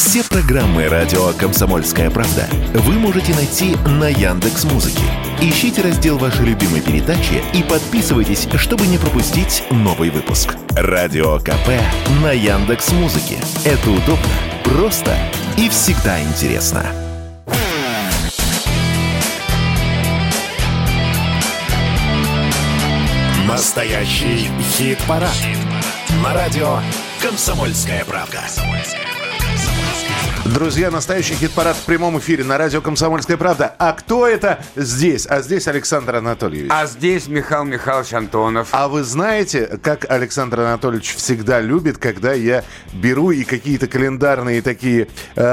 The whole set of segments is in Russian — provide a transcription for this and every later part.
Все программы радио «Комсомольская правда» вы можете найти на Яндекс.Музыке. Ищите раздел вашей любимой передачи и подписывайтесь, чтобы не пропустить новый выпуск. Радио КП на Яндекс.Музыке. Это удобно, просто и всегда интересно. Настоящий хит-парад. На радио «Комсомольская правда». Друзья, настоящий хит-парад в прямом эфире на радио «Комсомольская правда». А кто это здесь? А здесь Александр Анатольевич. А здесь Михаил Михайлович Антонов. А вы знаете, как Александр Анатольевич всегда любит, когда я беру и какие-то календарные такие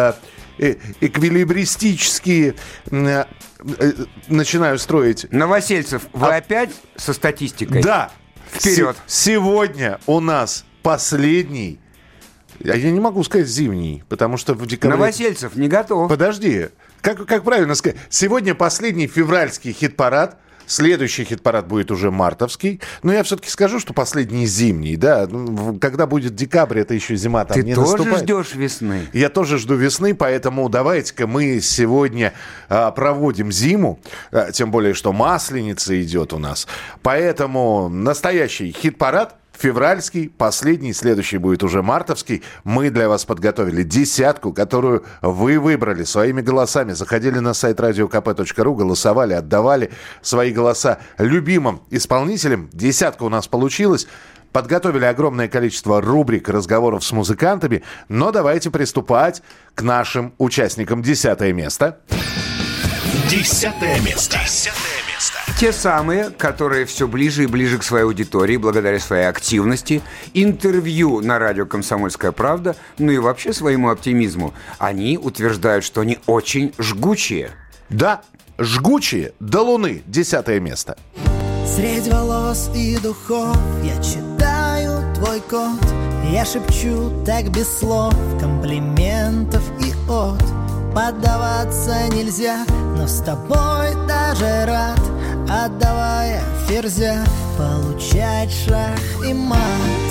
эквилибристические начинаю строить. Новосельцев, вы опять со статистикой? Да. Вперед. Сегодня у нас последний... Я не могу сказать зимний, потому что в декабре... Новосельцев не готов. Подожди. Как правильно сказать? Сегодня последний февральский хит-парад. Следующий хит-парад будет уже мартовский. Но я все-таки скажу, что последний зимний. Да? Когда будет декабрь, это еще зима там не наступает. Ты тоже ждешь весны? Я тоже жду весны, поэтому давайте-ка мы сегодня проводим зиму. Тем более, что Масленица идет у нас. Поэтому настоящий хит-парад. Февральский, последний, следующий будет уже мартовский. Мы для вас подготовили десятку, которую вы выбрали своими голосами. Заходили на сайт radiokp.ru, голосовали, отдавали свои голоса любимым исполнителям. Десятка у нас получилась. Подготовили огромное количество рубрик, разговоров с музыкантами. Но давайте приступать к нашим участникам. 10-е место. 10-е место. Те самые, которые все ближе и ближе к своей аудитории, благодаря своей активности, интервью на радио «Комсомольская правда», ну и вообще своему оптимизму, они утверждают, что они очень жгучие. Да, жгучие до луны. 10-е место. Средь волос и духов я читаю твой код. Я шепчу так без слов, комплиментов и от. Поддаваться нельзя, но с тобой даже рад. Отдавая ферзя, получать шах и мат.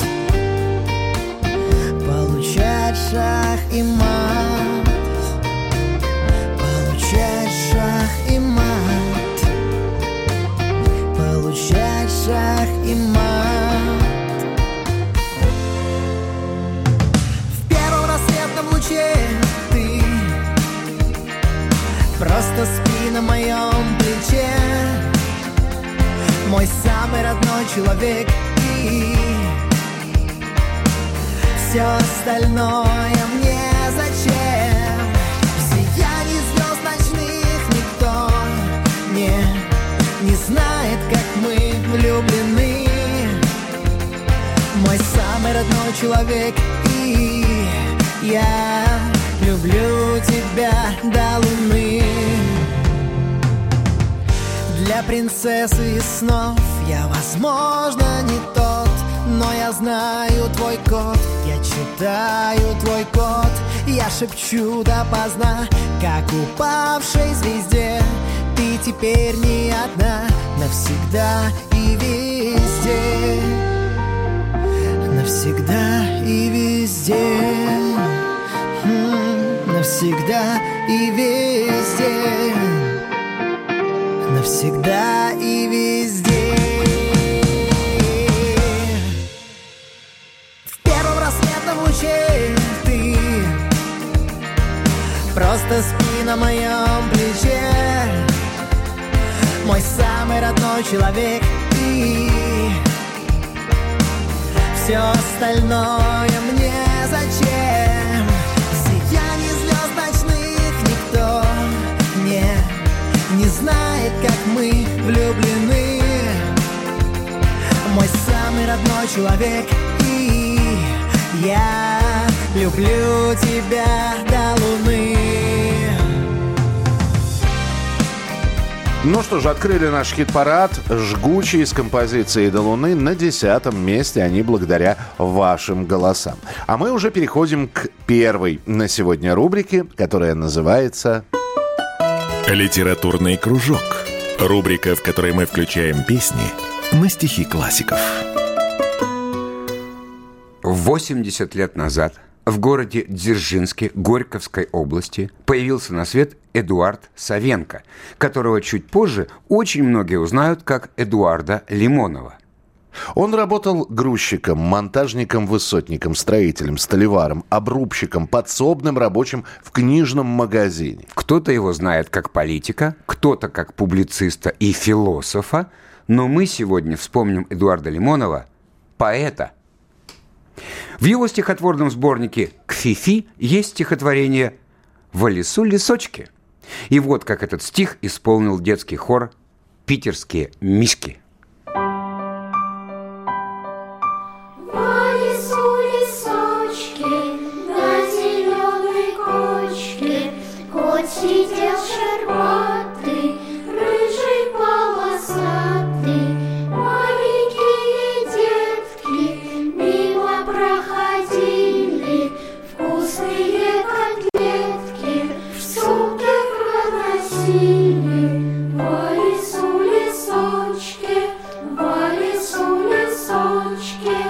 Получать шах и мат. Получать шах и мат. Получать шах и мат. В первом рассветном луче ты просто спи на моем плече. Мой самый родной человек, и все остальное мне зачем? В сиянии звезд ночных никто не знает, как мы влюблены. Мой самый родной человек, и я люблю тебя до луны. Для принцессы из снов я, возможно, не тот, но я знаю твой код, я читаю твой код, я шепчу допоздна, как упавшей звезде. Ты теперь не одна, навсегда и везде. Навсегда и везде. Навсегда и везде. Навсегда и везде. В первом рассветном луче ты просто спи на моем плече. Мой самый родной человек, и все остальное мне зачем? Сияние звезд ночных никто не знает, как мы влюблены. Мой самый родной человек, и я люблю тебя до луны. Ну что же, открыли наш хит-парад «Жгучий» с композицией «До луны». На 10-м месте они благодаря вашим голосам. А мы уже переходим к первой на сегодня рубрике, которая называется... «Литературный кружок». Рубрика, в которой мы включаем песни на стихи классиков. 80 лет назад в городе Дзержинске Горьковской области появился на свет Эдуард Савенко, которого чуть позже очень многие узнают как Эдуарда Лимонова. Он работал грузчиком, монтажником, высотником, строителем, столеваром, обрубщиком, подсобным рабочим в книжном магазине. Кто-то его знает как политика, кто-то как публициста и философа, но мы сегодня вспомним Эдуарда Лимонова, поэта. В его стихотворном сборнике «К-фи-фи» есть стихотворение «Во лесу лесочки». И вот как этот стих исполнил детский хор «Питерские мишки». Сидел щербатый, рыжий полосатый, маленькие детки мимо проходили, вкусные котлетки в сумке проносили. Во лесу лесочки, во лесу лесочки.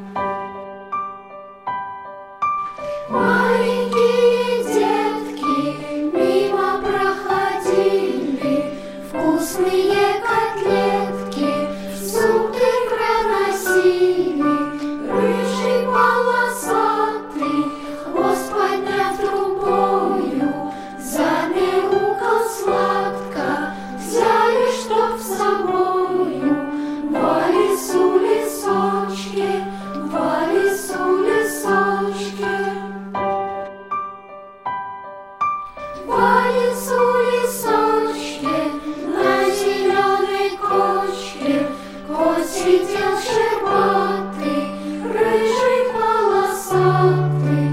Маленькие детки мимо проходили, вкусные котлетки в сумке проносили. Рыжий полосатый, хвост подняв трубою, замяукал сладко, взяли чтоб с собою. Во лесу лесочки, во лесу лесочки. Во лесу лесочке, на зеленой кочке, кот сидел щербатый, рыжий полосатый.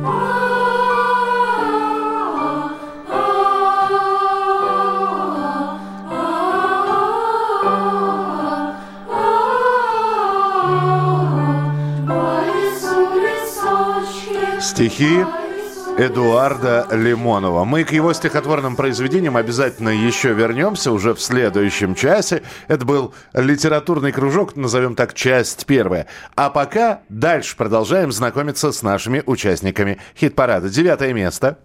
Во лесу лесочке. Стихи Эдуарда Лимонова. Мы к его стихотворным произведениям обязательно еще вернемся уже в следующем часе. Это был литературный кружок, назовем так, часть первая. А пока дальше продолжаем знакомиться с нашими участниками хит-парада. 9 место.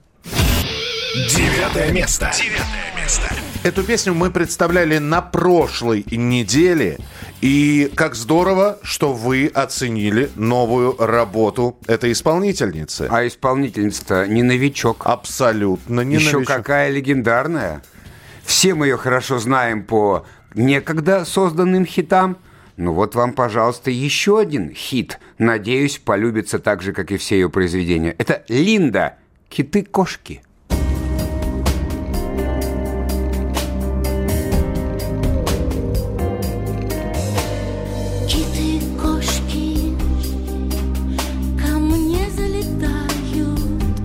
9 место. Эту песню мы представляли на прошлой неделе. И как здорово, что вы оценили новую работу этой исполнительницы. А исполнительница-то не новичок. Абсолютно не Еще новичок. какая легендарная. Все мы ее хорошо знаем по некогда созданным хитам. Ну вот вам, пожалуйста, еще один хит. Надеюсь, полюбится так же, как и все ее произведения. Это Линда. «Киты-кошки». Киты-кошки ко мне залетают,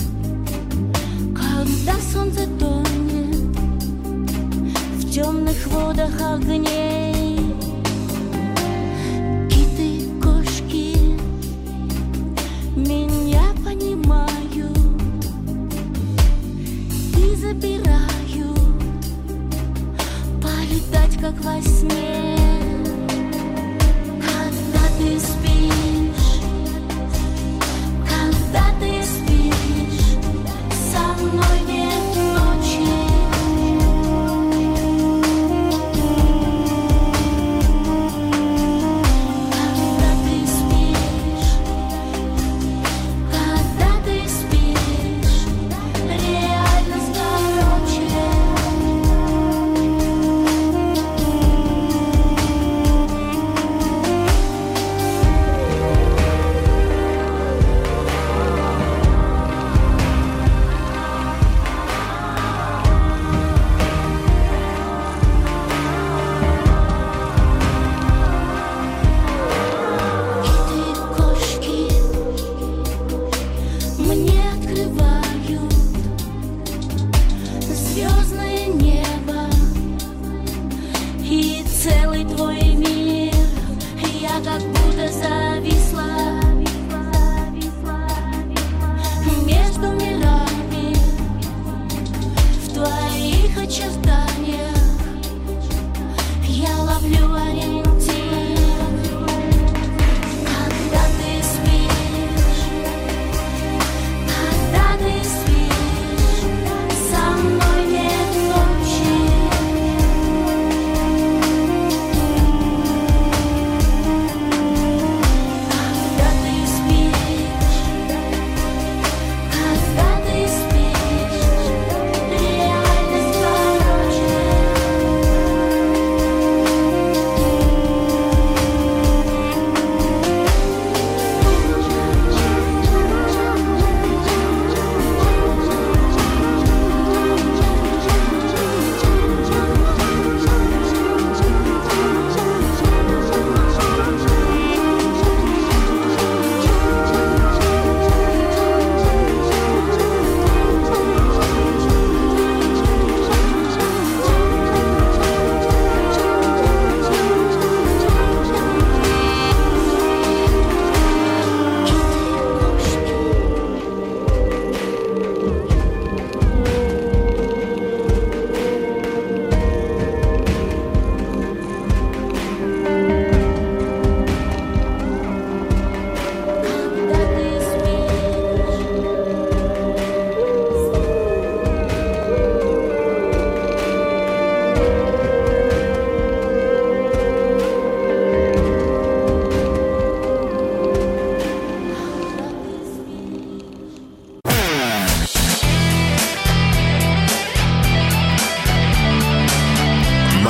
когда солнце тонет в темных водах огней. Киты-кошки меня понимают и забирают полетать, как во сне. Ты спишь, когда ты спишь, со мной нет ночи.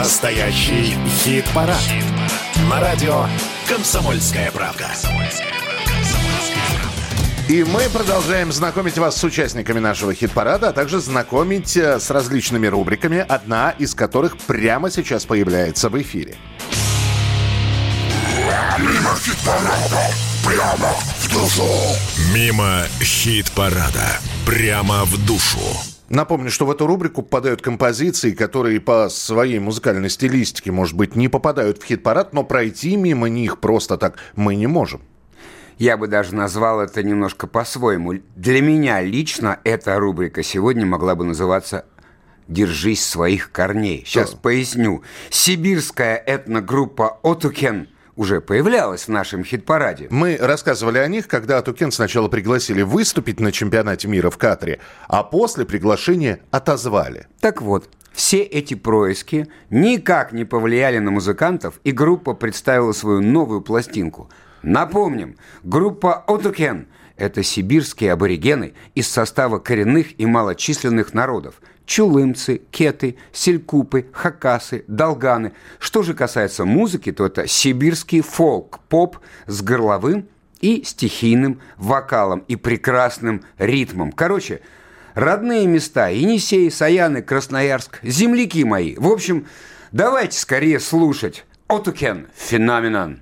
Настоящий хит-парад. На радио «Комсомольская правда». И мы продолжаем знакомить вас с участниками нашего хит-парада, а также знакомить с различными рубриками, одна из которых прямо сейчас появляется в эфире. Мимо хит-парада, прямо в душу. Мимо хит-парада, прямо в душу. Напомню, что в эту рубрику попадают композиции, которые по своей музыкальной стилистике, может быть, не попадают в хит-парад, но пройти мимо них просто так мы не можем. Я бы даже назвал это немножко по-своему. Для меня лично эта рубрика сегодня могла бы называться «Держись своих корней». Сейчас поясню. Сибирская этногруппа «Отукен» уже появлялась в нашем хит-параде. Мы рассказывали о них, когда «Отукен» сначала пригласили выступить на чемпионате мира в Катаре, а после приглашения отозвали. Так вот, все эти происки никак не повлияли на музыкантов, и группа представила свою новую пластинку. Напомним, группа «Отукен» – это сибирские аборигены из состава коренных и малочисленных народов – чулымцы, кеты, селькупы, хакасы, долганы. Что же касается музыки, то это сибирский фолк-поп с горловым и стихийным вокалом и прекрасным ритмом. Короче, родные места – Енисей, Саяны, Красноярск, земляки мои. В общем, давайте скорее слушать «Отукен» «Феноменон».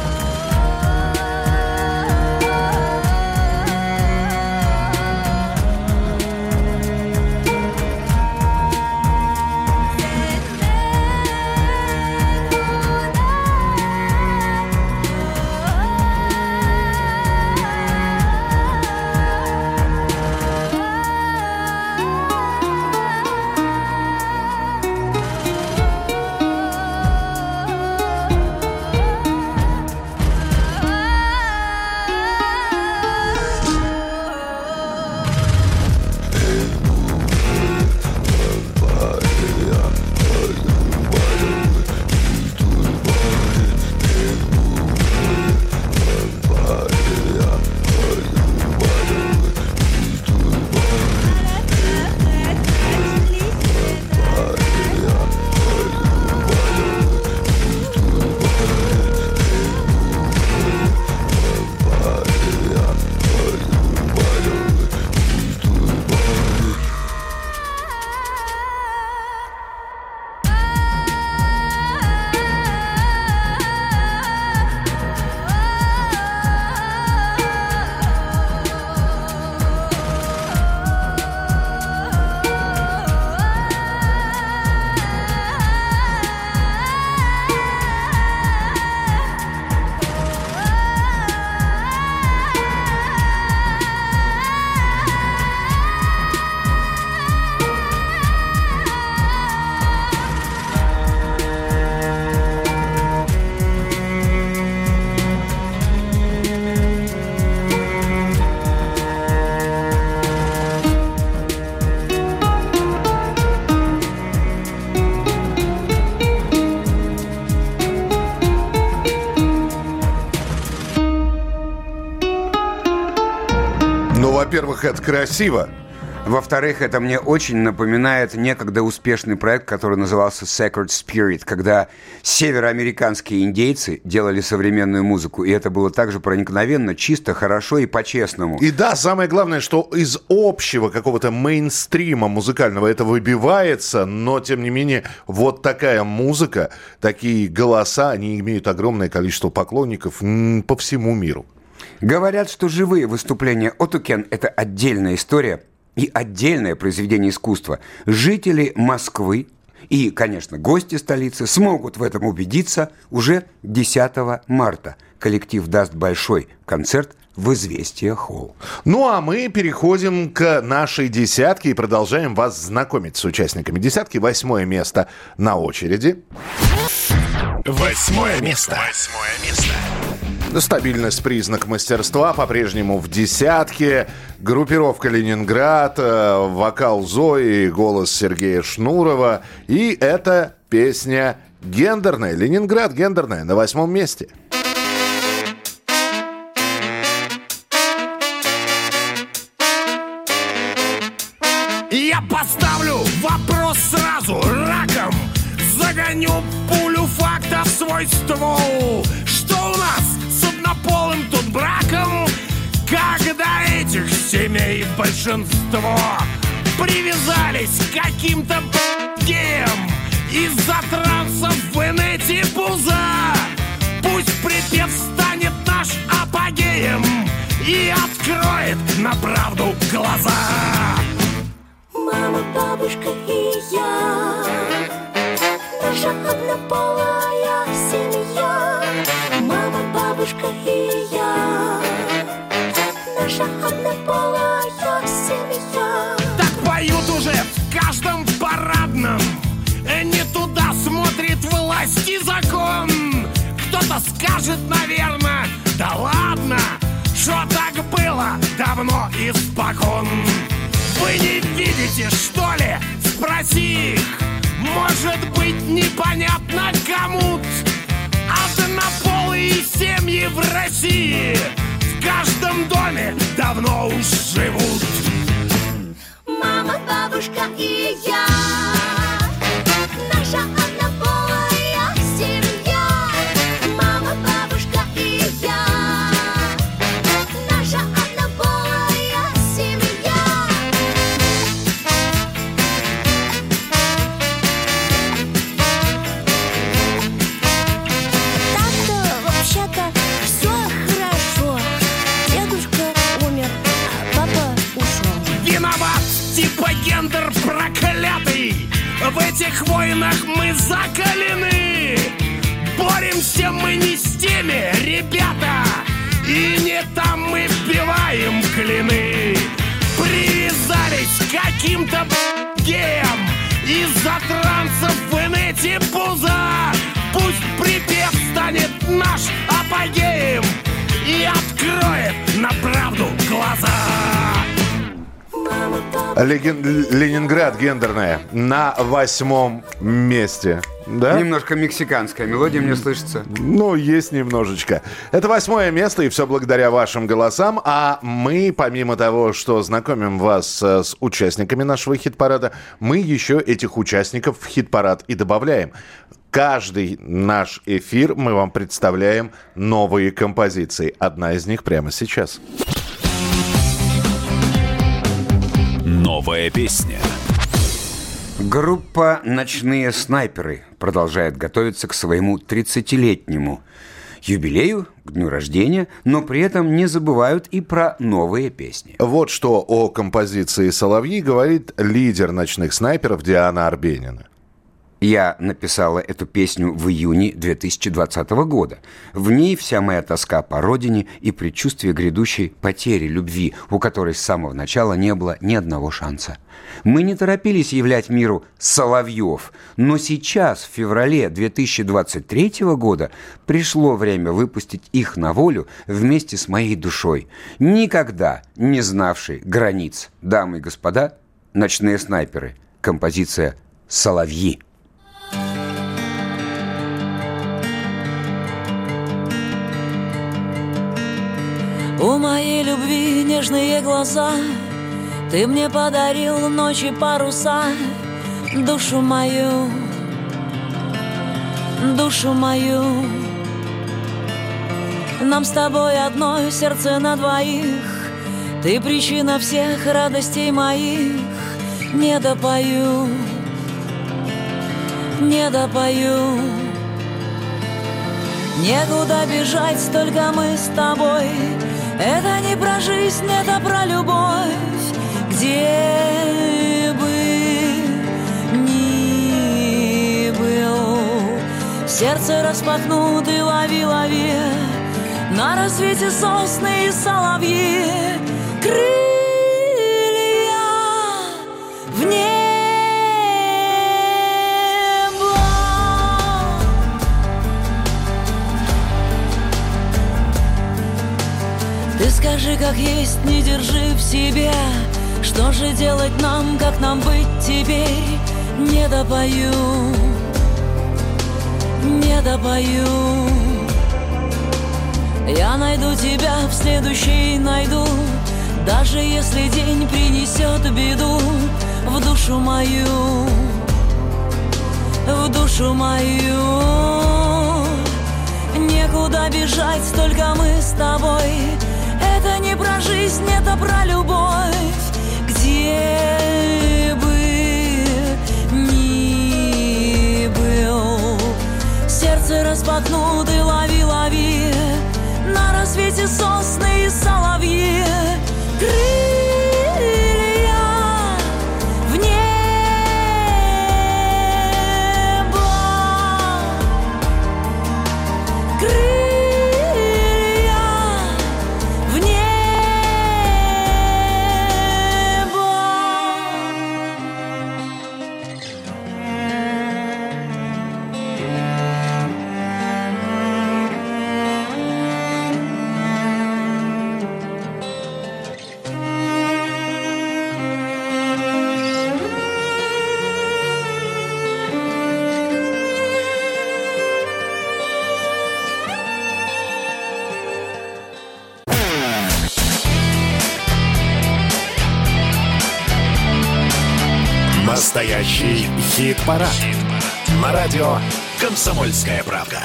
Во-первых, это красиво. Во-вторых, это мне очень напоминает некогда успешный проект, который назывался Sacred Spirit, когда североамериканские индейцы делали современную музыку, и это было также проникновенно, чисто, хорошо и по-честному. И да, самое главное, что из общего какого-то мейнстрима музыкального это выбивается, но, тем не менее, вот такая музыка, такие голоса, они имеют огромное количество поклонников по всему миру. Говорят, что живые выступления «Отукен» — это отдельная история и отдельное произведение искусства. Жители Москвы и, конечно, гости столицы смогут в этом убедиться уже 10 марта. Коллектив даст большой концерт в «Известия Холл». Ну, а мы переходим к нашей десятке и продолжаем вас знакомить с участниками десятки. 8 место на очереди. 8 место. Стабильность — признак мастерства, по-прежнему в десятке. Группировка «Ленинград», вокал Зои, голос Сергея Шнурова. И это песня «Гендерная». «Ленинград» гендерная на 8 месте. Я поставлю вопрос сразу раком. Загоню пулю факта в свой ствол. Что у нас с однополым тут браком, когда этих семей большинство привязались к каким-то геям из-за трансов в инете пуза? Пусть припев станет наш апогеем и откроет на правду глаза. Мама, бабушка и я, наша однополая семья. Мама, бабушка и я, наша однополая семья. Так поют уже в каждом парадном. Не туда смотрит власть и закон. Кто-то скажет, наверное, да ладно, что так было давно испокон. Вы не видите, что ли? Спроси их. Может быть, непонятно кому-то. Однополые семьи в России в каждом доме давно уж живут. Мама, бабушка и я, наша однополая семья. Мама, бабушка и я, наша однополая семья. Так-то, вообще-то, все хорошо. Дедушка умер, а папа ушел. Виноват типа гендер проклятый. В этих войнах мы закалены. Боремся мы не с теми, ребята, и не там мы вбиваем клины. Привязались к каким-то геям из-за трансов в инете пуза. Пусть припев станет наш апогеем и откроет на правду глаза. Ленинград гендерная на 8 месте. Да? Немножко мексиканская мелодия мне слышится. Ну, есть немножечко. Это 8 место, и все благодаря вашим голосам. А мы, помимо того, что знакомим вас с участниками нашего хит-парада, мы еще этих участников в хит-парад и добавляем. Каждый наш эфир мы вам представляем новые композиции. Одна из них прямо сейчас. Новая песня. Группа «Ночные снайперы» продолжает готовиться к своему 30-летнему юбилею, к дню рождения, но при этом не забывают и про новые песни. Вот что о композиции «Соловьи» говорит лидер «Ночных снайперов» Диана Арбенина. Я написала эту песню в июне 2020 года. В ней вся моя тоска по родине и предчувствие грядущей потери любви, у которой с самого начала не было ни одного шанса. Мы не торопились являть миру соловьев, но сейчас, в феврале 2023 года, пришло время выпустить их на волю вместе с моей душой, никогда не знавшей границ. Дамы и господа, «Ночные снайперы», композиция «Соловьи». У моей любви нежные глаза, ты мне подарил ночи паруса, душу мою, душу мою. Нам с тобой одно сердце на двоих, ты причина всех радостей моих. Не допою, не допою. Некуда бежать, только мы с тобой. Это не про жизнь, это про любовь. Где бы ни был, сердце распахнуты, лови, лови. На рассвете сосны и соловьи. Крылья в небо. Ты скажи, как есть, не держи в себе. Что же делать нам, как нам быть теперь? Не допою, не допою. Я найду тебя, в следующий найду, даже если день принесет беду в душу мою, в душу мою. Некуда бежать, только мы с тобой. Это не про жизнь, это про любовь. Где бы ни был, сердце распахнуты, лови, лови. На рассвете сосны и соловьи. Крылья в небо, крылья в небо. Настоящий хит-парад. На радио «Комсомольская правда».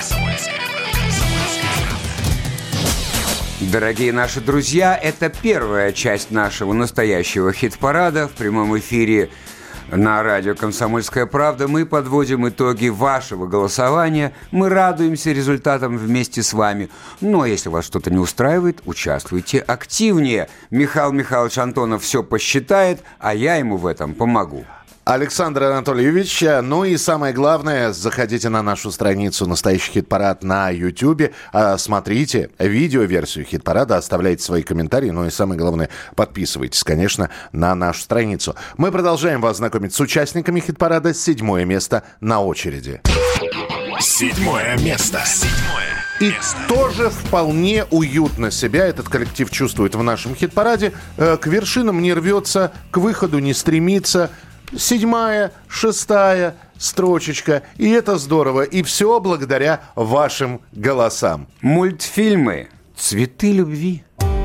Дорогие наши друзья, это первая часть нашего настоящего хит-парада. В прямом эфире на радио «Комсомольская правда» мы подводим итоги вашего голосования. Мы радуемся результатам вместе с вами. Но если вас что-то не устраивает, участвуйте активнее. Михаил Михайлович Антонов все посчитает, а я ему в этом помогу. Александр Анатольевич, ну и самое главное, заходите на нашу страницу «Настоящий хит-парад» на YouTube, смотрите видеоверсию хит-парада, оставляйте свои комментарии, ну и самое главное, подписывайтесь, конечно, на нашу страницу. Мы продолжаем вас знакомить с участниками хит-парада. 7-е место на очереди. 7-е место. И тоже вполне уютно себя этот коллектив чувствует в нашем хит-параде. К вершинам не рвется, к выходу не стремится. 7-я, 6-я строчечка. И это здорово. И все благодаря вашим голосам. Мультфильмы «Цветы любви».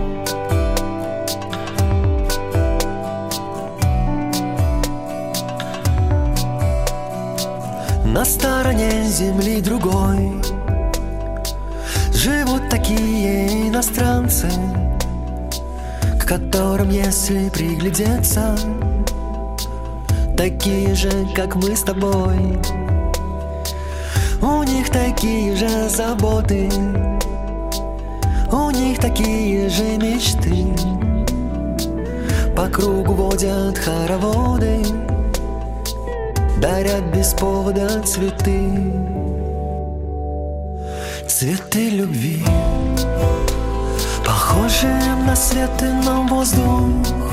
На стороне земли другой живут такие иностранцы, к которым, если приглядеться, такие же, как мы с тобой. У них такие же заботы, у них такие же мечты. По кругу водят хороводы, дарят без повода цветы. Цветы любви, похожи на свет и на воздух.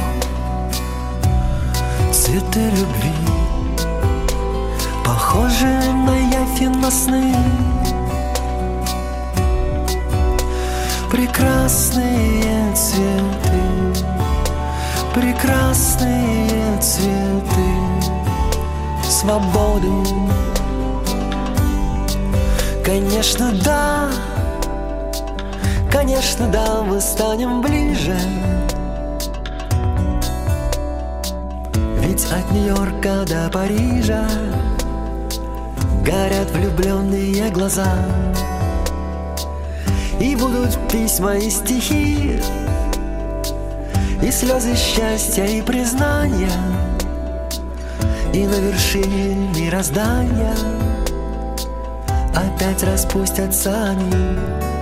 Цветы любви, похожи на явь и на сны. Прекрасные цветы, прекрасные цветы свободы. Конечно, да, мы станем ближе. Ведь от Нью-Йорка до Парижа горят влюбленные глаза. И будут письма и стихи, и слезы счастья и признания. И на вершине мироздания опять распустятся они.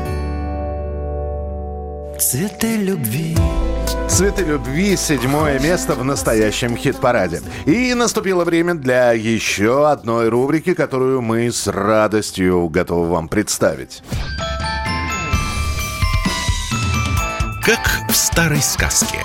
Цветы любви. «Цветы любви» — 7-е место в настоящем хит-параде. И наступило время для еще одной рубрики, которую мы с радостью готовы вам представить. Как в старой сказке.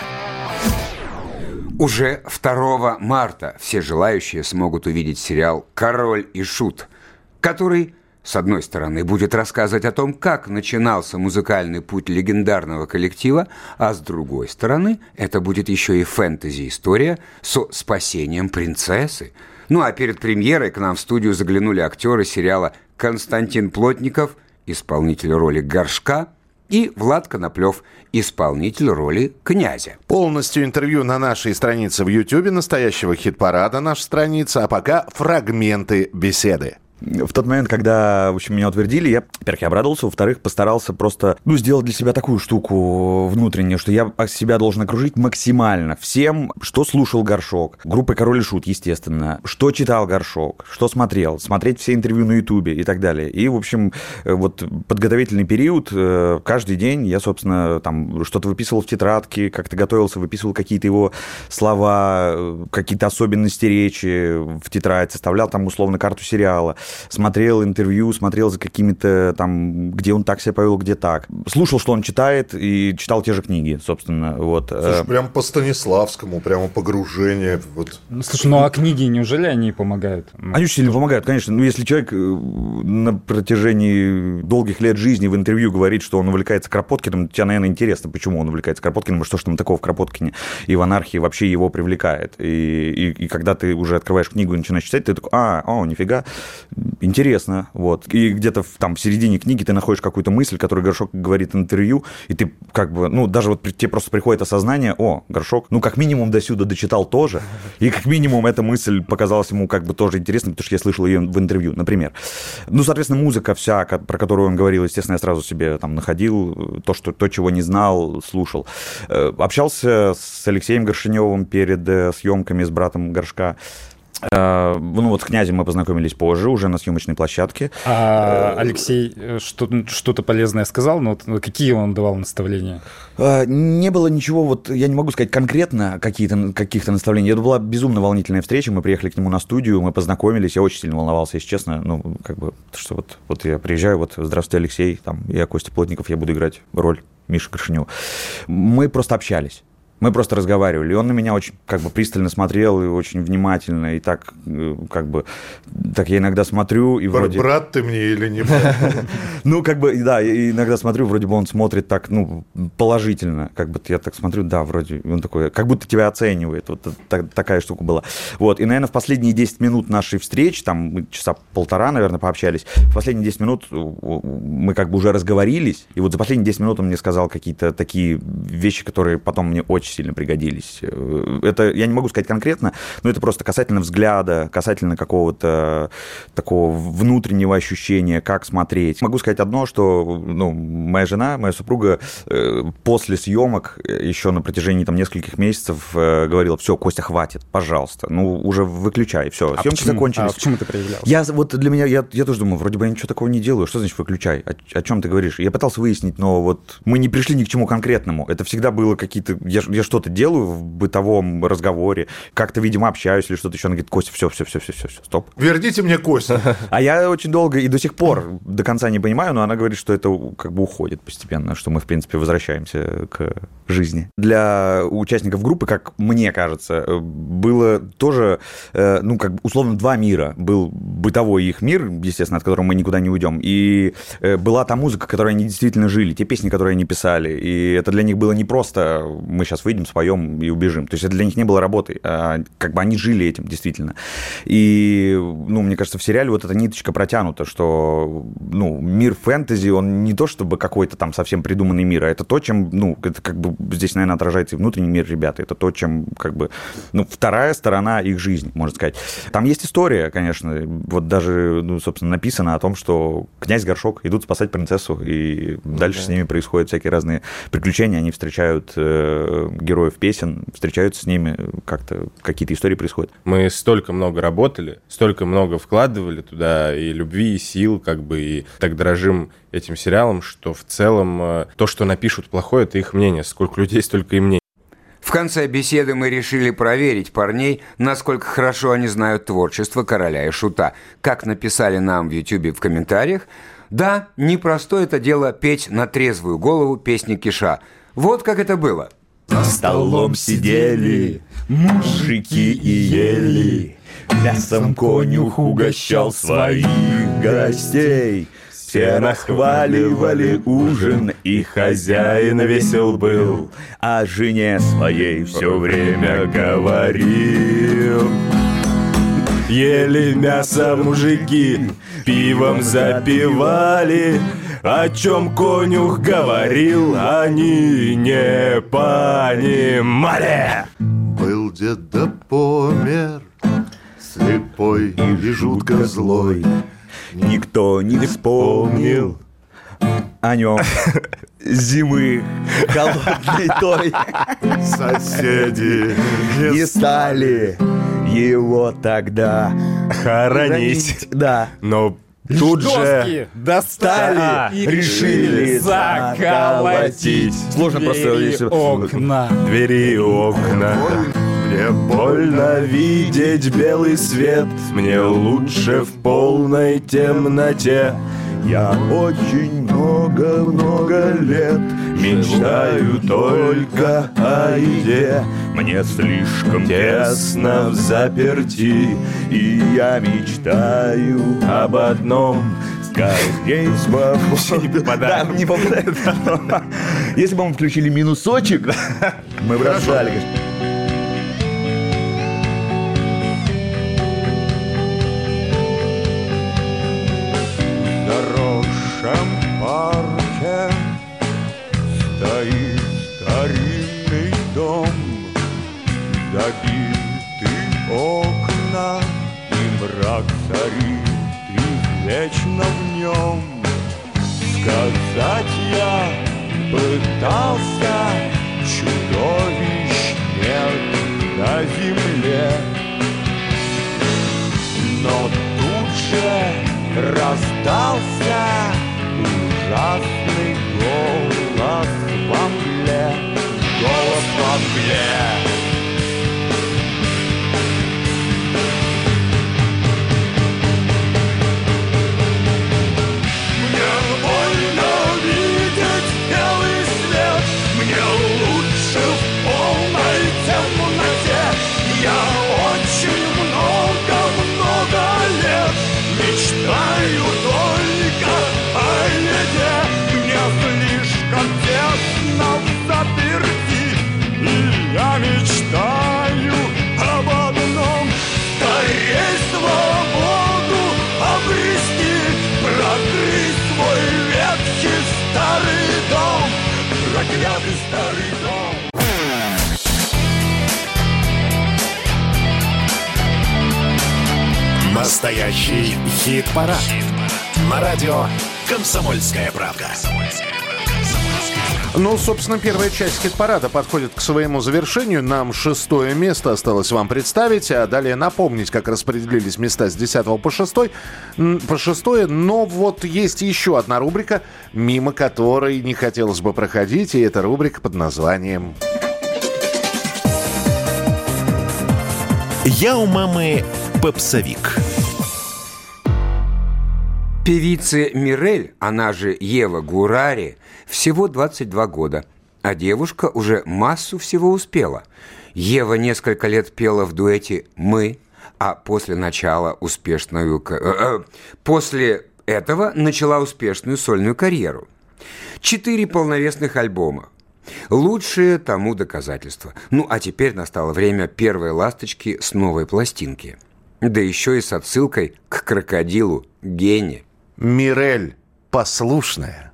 Уже 2 марта все желающие смогут увидеть сериал «Король и Шут», который, с одной стороны, будет рассказывать о том, как начинался музыкальный путь легендарного коллектива, а с другой стороны, это будет еще и фэнтези-история со спасением принцессы. Ну а перед премьерой к нам в студию заглянули актеры сериала Константин Плотников, исполнитель роли Горшка, и Влад Коноплев, исполнитель роли князя. Полностью интервью на нашей странице в Ютьюбе настоящего хит-парада, наша страница, а пока фрагменты беседы. В тот момент, когда, в общем, меня утвердили, я, во-первых, я обрадовался, во-вторых, постарался просто, сделать для себя такую штуку внутреннюю, что я себя должен окружить максимально всем, что слушал Горшок, группой «Король и Шут», естественно, что читал Горшок, что смотрел, смотреть все интервью на Ютубе и так далее. И, в общем, вот подготовительный период, каждый день я, собственно, там что-то выписывал в тетрадке, как-то готовился, выписывал какие-то его слова, какие-то особенности речи в тетрадь, составлял там, условно, карту сериала. Смотрел интервью, смотрел за какими-то там, где он так себя повел, где так. Слушал, что он читает, и читал те же книги, собственно. Вот. Слушай, прям по Станиславскому, прямо погружение. Вот. Слушай, а книги, неужели они помогают? Они очень сильно помогают, конечно. Если человек на протяжении долгих лет жизни в интервью говорит, что он увлекается Кропоткиным, тебе, наверное, интересно, почему он увлекается Кропоткиным, и что же там такого в Кропоткине и в «Анархии» вообще его привлекает. И когда ты уже открываешь книгу и начинаешь читать, ты такой, нифига, интересно, вот. И где-то там в середине книги ты находишь какую-то мысль, которую Горшок говорит в интервью, и ты как бы, даже вот тебе просто приходит осознание, Горшок, как минимум до сюда дочитал тоже, и как минимум эта мысль показалась ему как бы тоже интересной, потому что я слышал ее в интервью, например. Соответственно, музыка вся, про которую он говорил, естественно, я сразу себе там находил то, чего не знал, слушал. Общался с Алексеем Горшеневым перед съемками с братом Горшка. Вот с князем мы познакомились позже, уже на съемочной площадке. Алексей что-то полезное сказал, но какие он давал наставления? Не было ничего, я не могу сказать конкретно каких-то наставлений. Это была безумно волнительная встреча, мы приехали к нему на студию, мы познакомились, я очень сильно волновался, если честно, что я приезжаю, здравствуйте, Алексей, я Костя Плотников, я буду играть роль Миши Горшенева. Мы просто общались. Мы просто разговаривали, и он на меня очень пристально смотрел, и очень внимательно, и так я иногда смотрю, и вроде... Брат ты мне или не брат? Да, иногда смотрю, вроде бы он смотрит так, положительно, я так смотрю, да, вроде, он такой, как будто тебя оценивает, такая штука была. И, наверное, в последние 10 минут нашей встречи, мы часа полтора, наверное, пообщались, в последние 10 минут мы уже разговорились, и за последние 10 минут он мне сказал какие-то такие вещи, которые потом мне очень сильно пригодились. Это я не могу сказать конкретно, но это просто касательно взгляда, касательно какого-то такого внутреннего ощущения, как смотреть. Могу сказать одно, что моя жена, моя супруга после съемок еще на протяжении нескольких месяцев говорила: все, Костя, хватит, пожалуйста, уже выключай, все, съемки закончились. А почему ты проявлялся? Для меня, я тоже думаю, вроде бы я ничего такого не делаю, что значит выключай? О чем ты говоришь? Я пытался выяснить, но мы не пришли ни к чему конкретному. Это всегда было какие-то... Я что-то делаю в бытовом разговоре, как-то, видимо, общаюсь или что-то еще. Она говорит: Костя, все, стоп. Верните мне Костю. А я очень долго и до сих пор до конца не понимаю, но она говорит, что это уходит постепенно, что мы, в принципе, возвращаемся к жизни. Для участников группы, как мне кажется, было тоже, условно, два мира. Был бытовой их мир, естественно, от которого мы никуда не уйдем, и была та музыка, которой они действительно жили, те песни, которые они писали, и это для них было не просто мы сейчас выйдем, споем и убежим. То есть это для них не было работы, а они жили этим действительно. И, мне кажется, в сериале эта ниточка протянута, что, мир фэнтези, он не то чтобы какой-то там совсем придуманный мир, а это то, чем, это здесь, наверное, отражается и внутренний мир ребят, это то, чем, вторая сторона их жизни, можно сказать. Там есть история, конечно, даже, собственно, написано о том, что князь Горшок идут спасать принцессу, и дальше с ними происходят всякие разные приключения, они встречают героев песен, встречаются с ними, как-то какие-то истории происходят. Мы столько много работали, столько много вкладывали туда и любви, и сил, и так дорожим этим сериалом, что в целом то, что напишут плохое, это их мнение. Сколько людей, столько и мнений. В конце беседы мы решили проверить парней, насколько хорошо они знают творчество Короля и Шута. Как написали нам в Ютьюбе в комментариях, да, непростое это дело петь на трезвую голову песни Киша. Вот как это было. За столом сидели мужики и ели, мясом конюх угощал своих гостей. Все нахваливали ужин, и хозяин весел был, а жене своей все время говорил. Ели мясо мужики, пивом запивали, О чем конюх говорил, они не понимали. Был дед да помер, слепой и жутко злой. Никто не вспомнил о нем зимы холодной той. Соседи Не стали его тогда Хоронить. Да. Но тут же Доски достали и решили заколотить Сложно просто, двери, если- окна. двери и окна. Мне больно видеть белый свет, мне лучше в полной темноте. Я очень много лет Мечтаю только о еде. Мне слишком Тесно в заперти, и я мечтаю об одном. скорей свободу. Не попадает. Да, не попадает. Если бы мы включили минусочек, мы бы рожали, конечно. Заросшем парке стоит старинный дом, забиты окна, и мрак царит извечно в нем. Сказать я пытался, чудовищ нет на земле, но тут же раздался ужасный голос во мгле. Голос во мгле. Мне больно видеть белый свет, мне лучше в полной темноте. Я очень много лет мечтаю только о еде. Мне слишком тесно в заперти, и я мечтаю об одном: скорей свободу обрести, прокрыть свой ветхий старый дом, проклятый старый дом. Настоящий хит-парад. На радио «Комсомольская правда». Ну, собственно, первая часть хит-парада подходит к своему завершению. Нам 6-е место осталось вам представить, а далее напомнить, как распределились места с 10 по 6. Но вот есть еще одна рубрика, мимо которой не хотелось бы проходить, и это рубрика под названием «Я у мамы попсовик». Певице Мирель, она же Ева Гурари, всего 22 года, а девушка уже массу всего успела. Ева несколько лет пела в дуэте «Мы», а после этого начала успешную сольную карьеру. 4 полновесных альбома. Лучшие тому доказательства. Ну, а теперь настало время первой ласточки с новой пластинки. Да еще и с отсылкой к крокодилу Гене. Мирель послушная.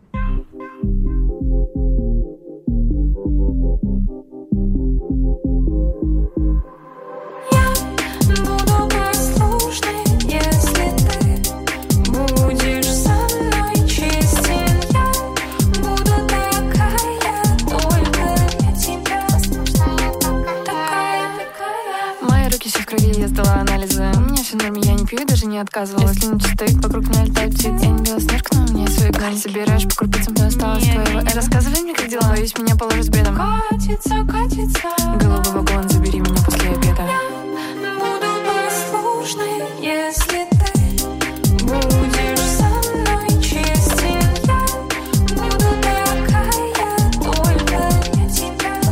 Я сдала анализы. У меня все в норме, я не пью и даже не отказывалась. Если не стоит, вокруг меня летает птиц. Я не белоснежка, но у меня свой грань. Собираешь по крупицам, ты осталось твоего. Рассказывай мне, как дела, боюсь, меня положат с бедом. Катится. Голубой вагон, забери меня после обеда. Я буду послушной, если ты будешь со мной честен. Я буду такая, только для тебя.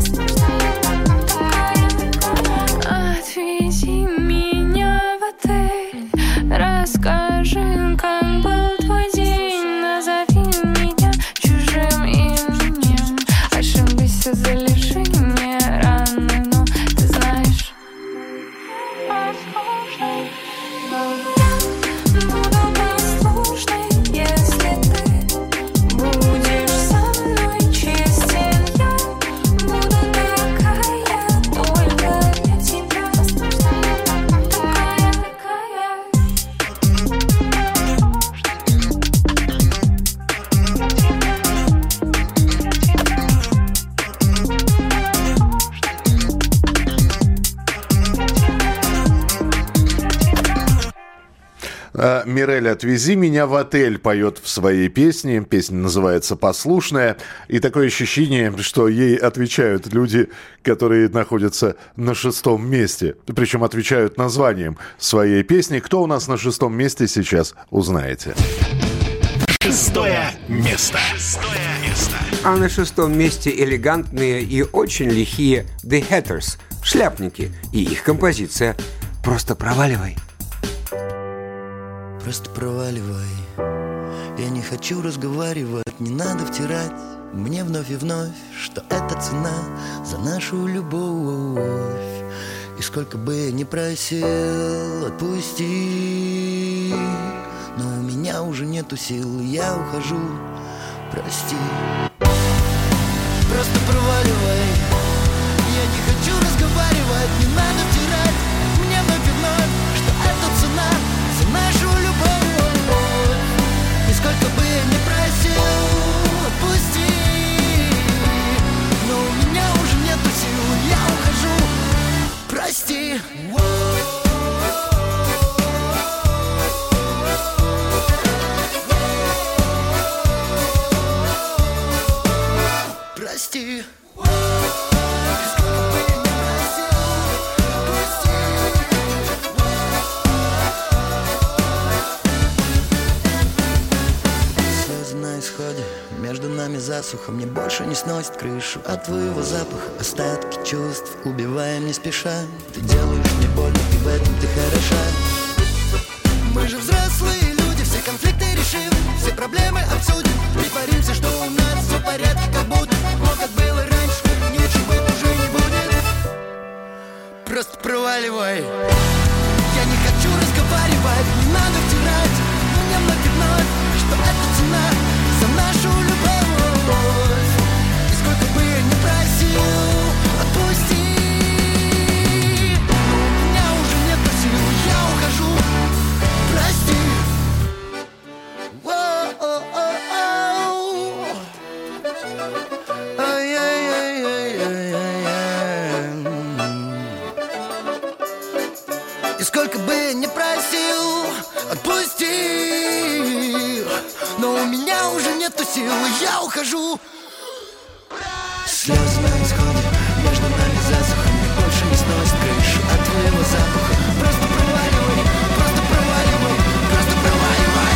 Отвези меня в отель, расскажи, как был твой день. Назови меня чужим именем. Ошибайся, залежи мне раны, но ты знаешь. Послушай, я буду послушной, если ты Мирель, отвези меня в отель, поет в своей песне. Песня называется «Послушная». И такое ощущение, что ей отвечают люди, которые находятся на 6-м месте. Причем отвечают названием своей песни. Кто у нас на 6-м месте, сейчас узнаете. 6-е место. А на 6-м месте элегантные и очень лихие The Hatters, шляпники, и их композиция «Просто проваливай». Просто проваливай. Я не хочу разговаривать, не надо втирать мне вновь и вновь, что это цена за нашу любовь. И сколько бы я ни просил, отпусти, но у меня уже нету сил, я ухожу, прости. Просто проваливай. Я не хочу разговаривать, не надо втирать мне вновь и вновь, что это цена за нашу любовь. И сколько бы я ни просил, отпусти, но у меня уже нету сил, я ухожу, прости. Прости. Слезы на исходе, между нами засуха, мне больше не сносит крышу от твоего запаха. Остатки чувств убиваем не спеша. Ты делаешь мне больно, и в этом ты хороша. Мы же взрослые люди, все конфликты решим, все проблемы обсудим. Притворимся, что у нас все в порядке, как будто, но как было раньше, ничего уже не будет. Просто проваливай. Я не хочу разговаривать, не надо втирать мне вновь и вновь, что это цена за нашу любовь. И сколько бы я ни просил, отпусти, но у меня уже нету сил, я ухожу, прости. И сколько бы я ни просил, отпусти, но у меня уже нету сил, я ухожу. Слезы на исходе, между нами засуха, мне больше не сносит крышу от твоего запаха. Просто проваливай, просто проваливай, просто проваливай.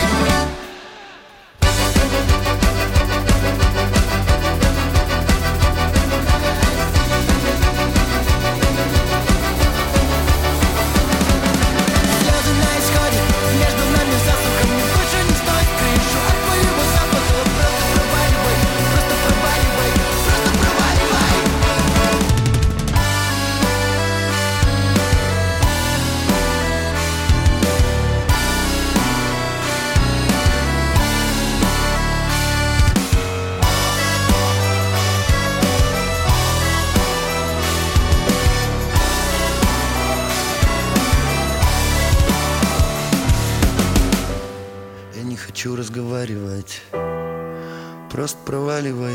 Слезы на исходе, между нами засуха, мне больше не сносит крышу от твоего запаха. Просто проваливай, просто проваливай, просто проваливай. Я не хочу разговаривать, просто проваливай.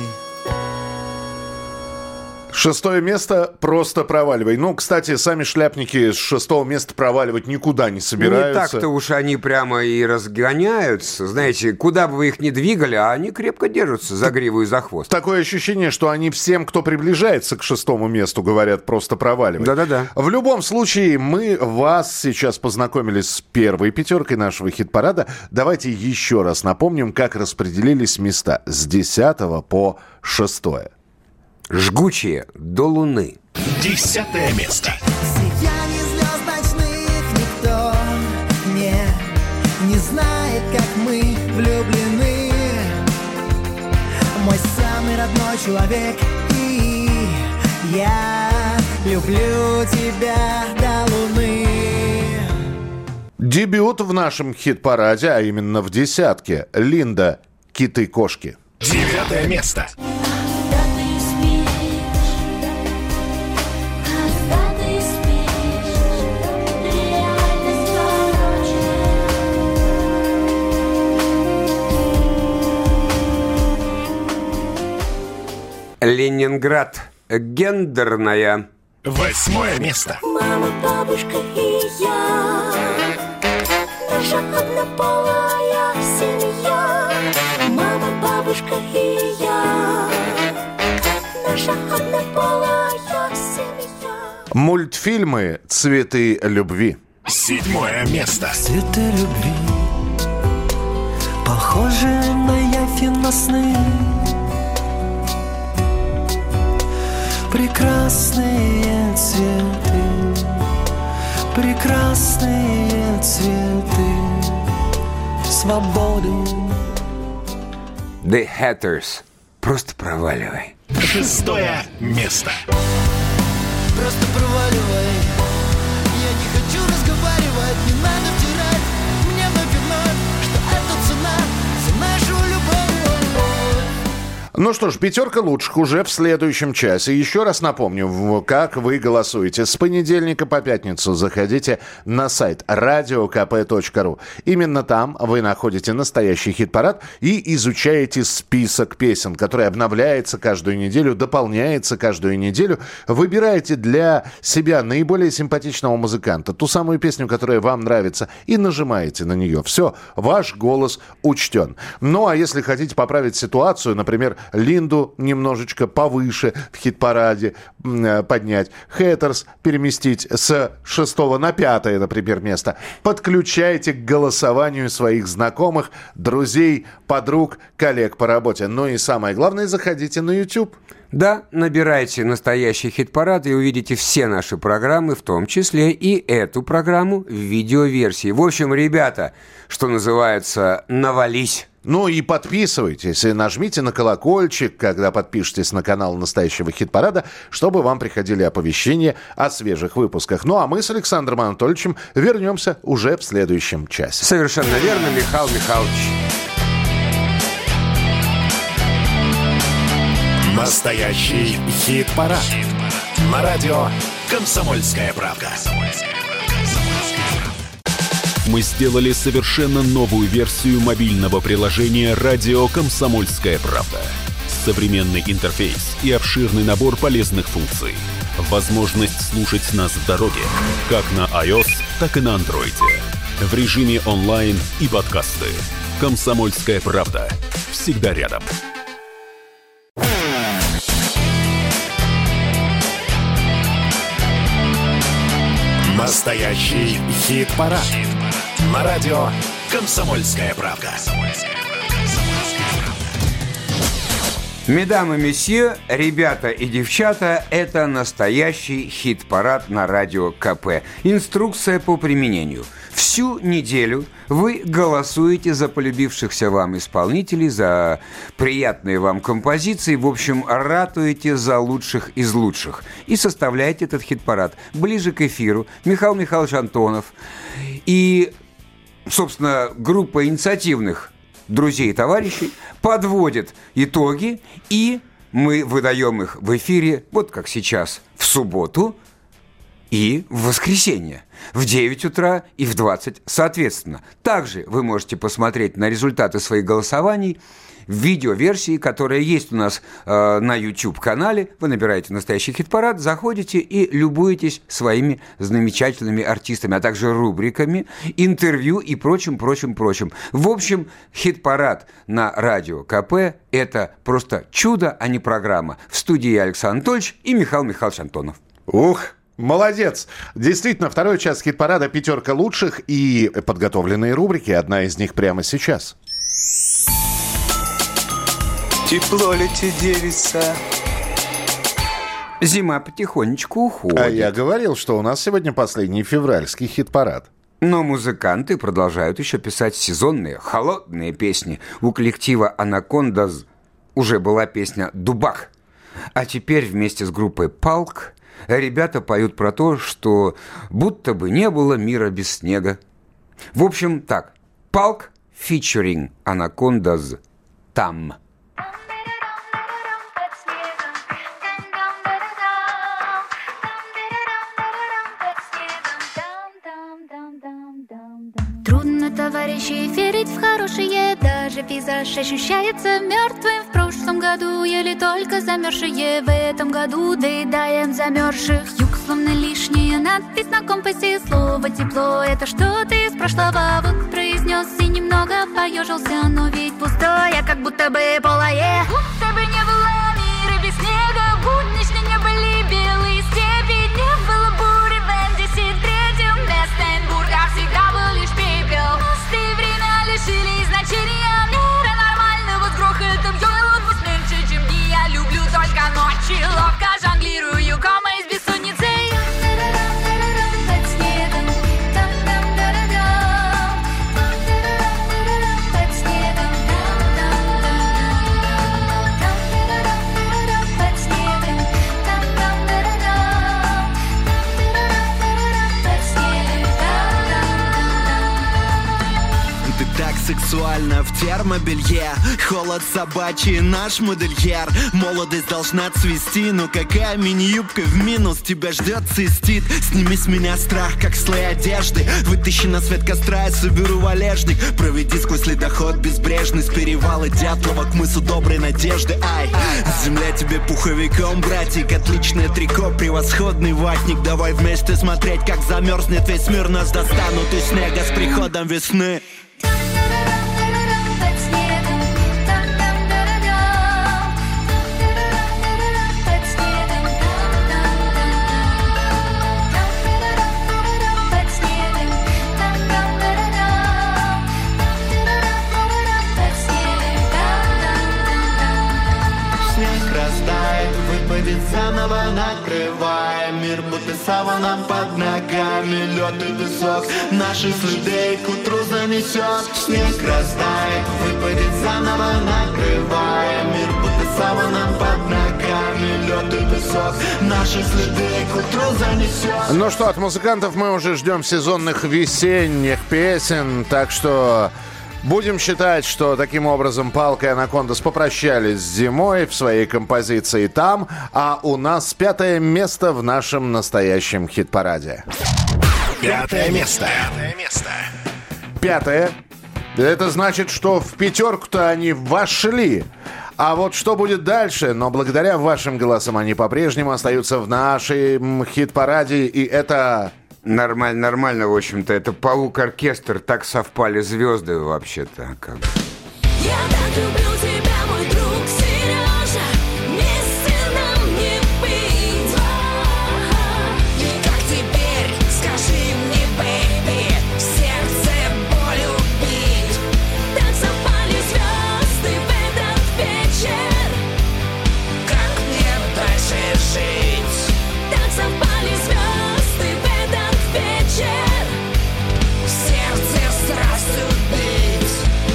6-е место «Просто проваливай». Ну, кстати, сами шляпники с 6-го места проваливать никуда не собираются. Не так-то уж они прямо и разгоняются. Знаете, куда бы вы их ни двигали, а они крепко держатся за гриву и за хвост. Такое ощущение, что они всем, кто приближается к 6-му месту, говорят «просто проваливай». Да-да-да. В любом случае, мы вас сейчас познакомили с первой пятеркой нашего хит-парада. Давайте еще раз напомним, как распределились места с 10 по 6. «Жгучие до луны». 10-е место. Сияние звезд ночных никто не знает, как мы влюблены. Мой самый родной человек, и я люблю тебя до луны. Дебют в нашем хит-параде, а именно в 10-ке. Линда «Киты-кошки». 9-е место. Ленинград. Гендерная. 8-е место. Мама, бабушка и я, наша одна Фильмы «Цветы любви». 7 место. Цветы любви, похожие на явь на сны. Прекрасные цветы, прекрасные цветы свободы. The Hatters. Просто проваливай. 6 место. Просто проваливай. Я не хочу разговаривать, не надо втирать мне вновь и вновь, что это цена за нашу любовь. Ну что ж, 5 лучших уже в следующем часе. Еще раз напомню, как вы голосуете. С понедельника по пятницу заходите на сайт radiokp.ru. Именно там вы находите настоящий хит-парад и изучаете список песен, который обновляется каждую неделю, дополняется каждую неделю. Выбираете для себя наиболее симпатичного музыканта, ту самую песню, которая вам нравится, и нажимаете на нее. Все, ваш голос учтен. Ну, а если хотите поправить ситуацию, например, Линду немножечко повыше в хит-параде поднять, Hatters переместить с 6 на 5, например, место, подключайте к голосованию своих знакомых, друзей, подруг, коллег по работе. Ну и самое главное, заходите на YouTube. Да, набирайте настоящий хит-парад и увидите все наши программы, в том числе и эту программу в видеоверсии. В общем, ребята, что называется, навались. Ну и подписывайтесь, и нажмите на колокольчик, когда подпишетесь на канал настоящего хит-парада, чтобы вам приходили оповещения о свежих выпусках. Ну а мы с Александром Анатольевичем вернемся уже в следующем часе. Совершенно верно, Михаил Михайлович. Настоящий хит-парад. На радио «Комсомольская правда». Мы сделали совершенно новую версию мобильного приложения «Радио Комсомольская правда». Современный интерфейс и обширный набор полезных функций. Возможность слушать нас в дороге, как на iOS, так и на Android. В режиме онлайн и подкасты. «Комсомольская правда». Всегда рядом. Настоящий хит-парад. На радио «Комсомольская правда». Месдам и месье, ребята и девчата, это настоящий хит-парад на радио КП. Инструкция по применению. Всю неделю вы голосуете за полюбившихся вам исполнителей, за приятные вам композиции, в общем, ратуете за лучших из лучших. И составляете этот хит-парад. Ближе к эфиру Михаил Михайлович Антонов и, собственно, группа инициативных друзей и товарищей подводит итоги, и мы выдаем их в эфире, вот как сейчас, в субботу и в воскресенье, в 9 утра и в 20 соответственно. Также вы можете посмотреть на результаты своих голосований в видеоверсии, которая есть у нас на YouTube-канале. Вы набираете «Настоящий хит-парад», заходите и любуетесь своими замечательными артистами, а также рубриками, интервью и прочим. В общем, хит-парад на радио КП – это просто чудо, а не программа. В студии Александр Анатольевич и Михаил Михайлович Антонов. Ух! Молодец! Действительно, второй час хит-парада «Пятерка лучших» и подготовленные рубрики. Одна из них прямо сейчас. Тепло летит делится. Зима потихонечку уходит. А я говорил, что у нас сегодня последний февральский хит-парад. Но музыканты продолжают еще писать сезонные, холодные песни. У коллектива «Анакондаз» уже была песня «Дубак». А теперь вместе с группой «Палк» ребята поют про то, что будто бы не было мира без снега. В общем, так. «Палк» featuring «Анакондаз» там. Трудно, товарищи, верить в хорошее. Даже пейзаж ощущается мертвым. В прошлом году ели только замерзшие. В этом году доедаем замерзших. Юг словно лишняя надпись на компасе. Слово тепло, это что-то из прошлого. Вот произнес и немного поежился. Но ведь пустое, как будто бы полое. Будто бы не было мира без снега. Буднично не были белые степи. Не было бури в сексуально в термобелье. Холод собачий наш модельер. Молодость должна цвести, но какая мини-юбка в минус, тебя ждет цистит. Сними с меня страх, как слой одежды. Вытащи на свет костра, я соберу валежник. Проведи сквозь ледоход безбрежный, с перевала Дятлова к мысу доброй надежды. Ай, земля тебе пуховиком, братик. Отличное трико, превосходный ватник. Давай вместе смотреть, как замерзнет весь мир. Нас достанут из снега с приходом весны. Заново накрывая мир, будто саваном под ногами. Лед и песок, наши следы к утру занесет. Снег растает, выпадет заново, накрывая мир, будто саваном под ногами. Лед и песок, наши следы к утру занесет. Ну что, от музыкантов мы уже ждем сезонных весенних песен, так что... Будем считать, что таким образом Палка и Анакондас попрощались с зимой в своей композиции «Там», а у нас 5-е место в нашем настоящем хит-параде. 5-е место. 5-е. Это значит, что в пятерку-то они вошли. А вот что будет дальше? Но благодаря вашим голосам они по-прежнему остаются в нашем хит-параде, и это... Нормально, в общем-то. Это «Паук-оркестр». Так совпали звезды вообще-то. Как... Я так люблю тебя, мой друг Сережа. Вместе нам не быть. И как теперь, скажи мне, бэйби, в сердце боль убить. Так совпали звезды в этот вечер. Как мне дальше жить? Так совпали звезды в этот вечер. В сердце страстью бить.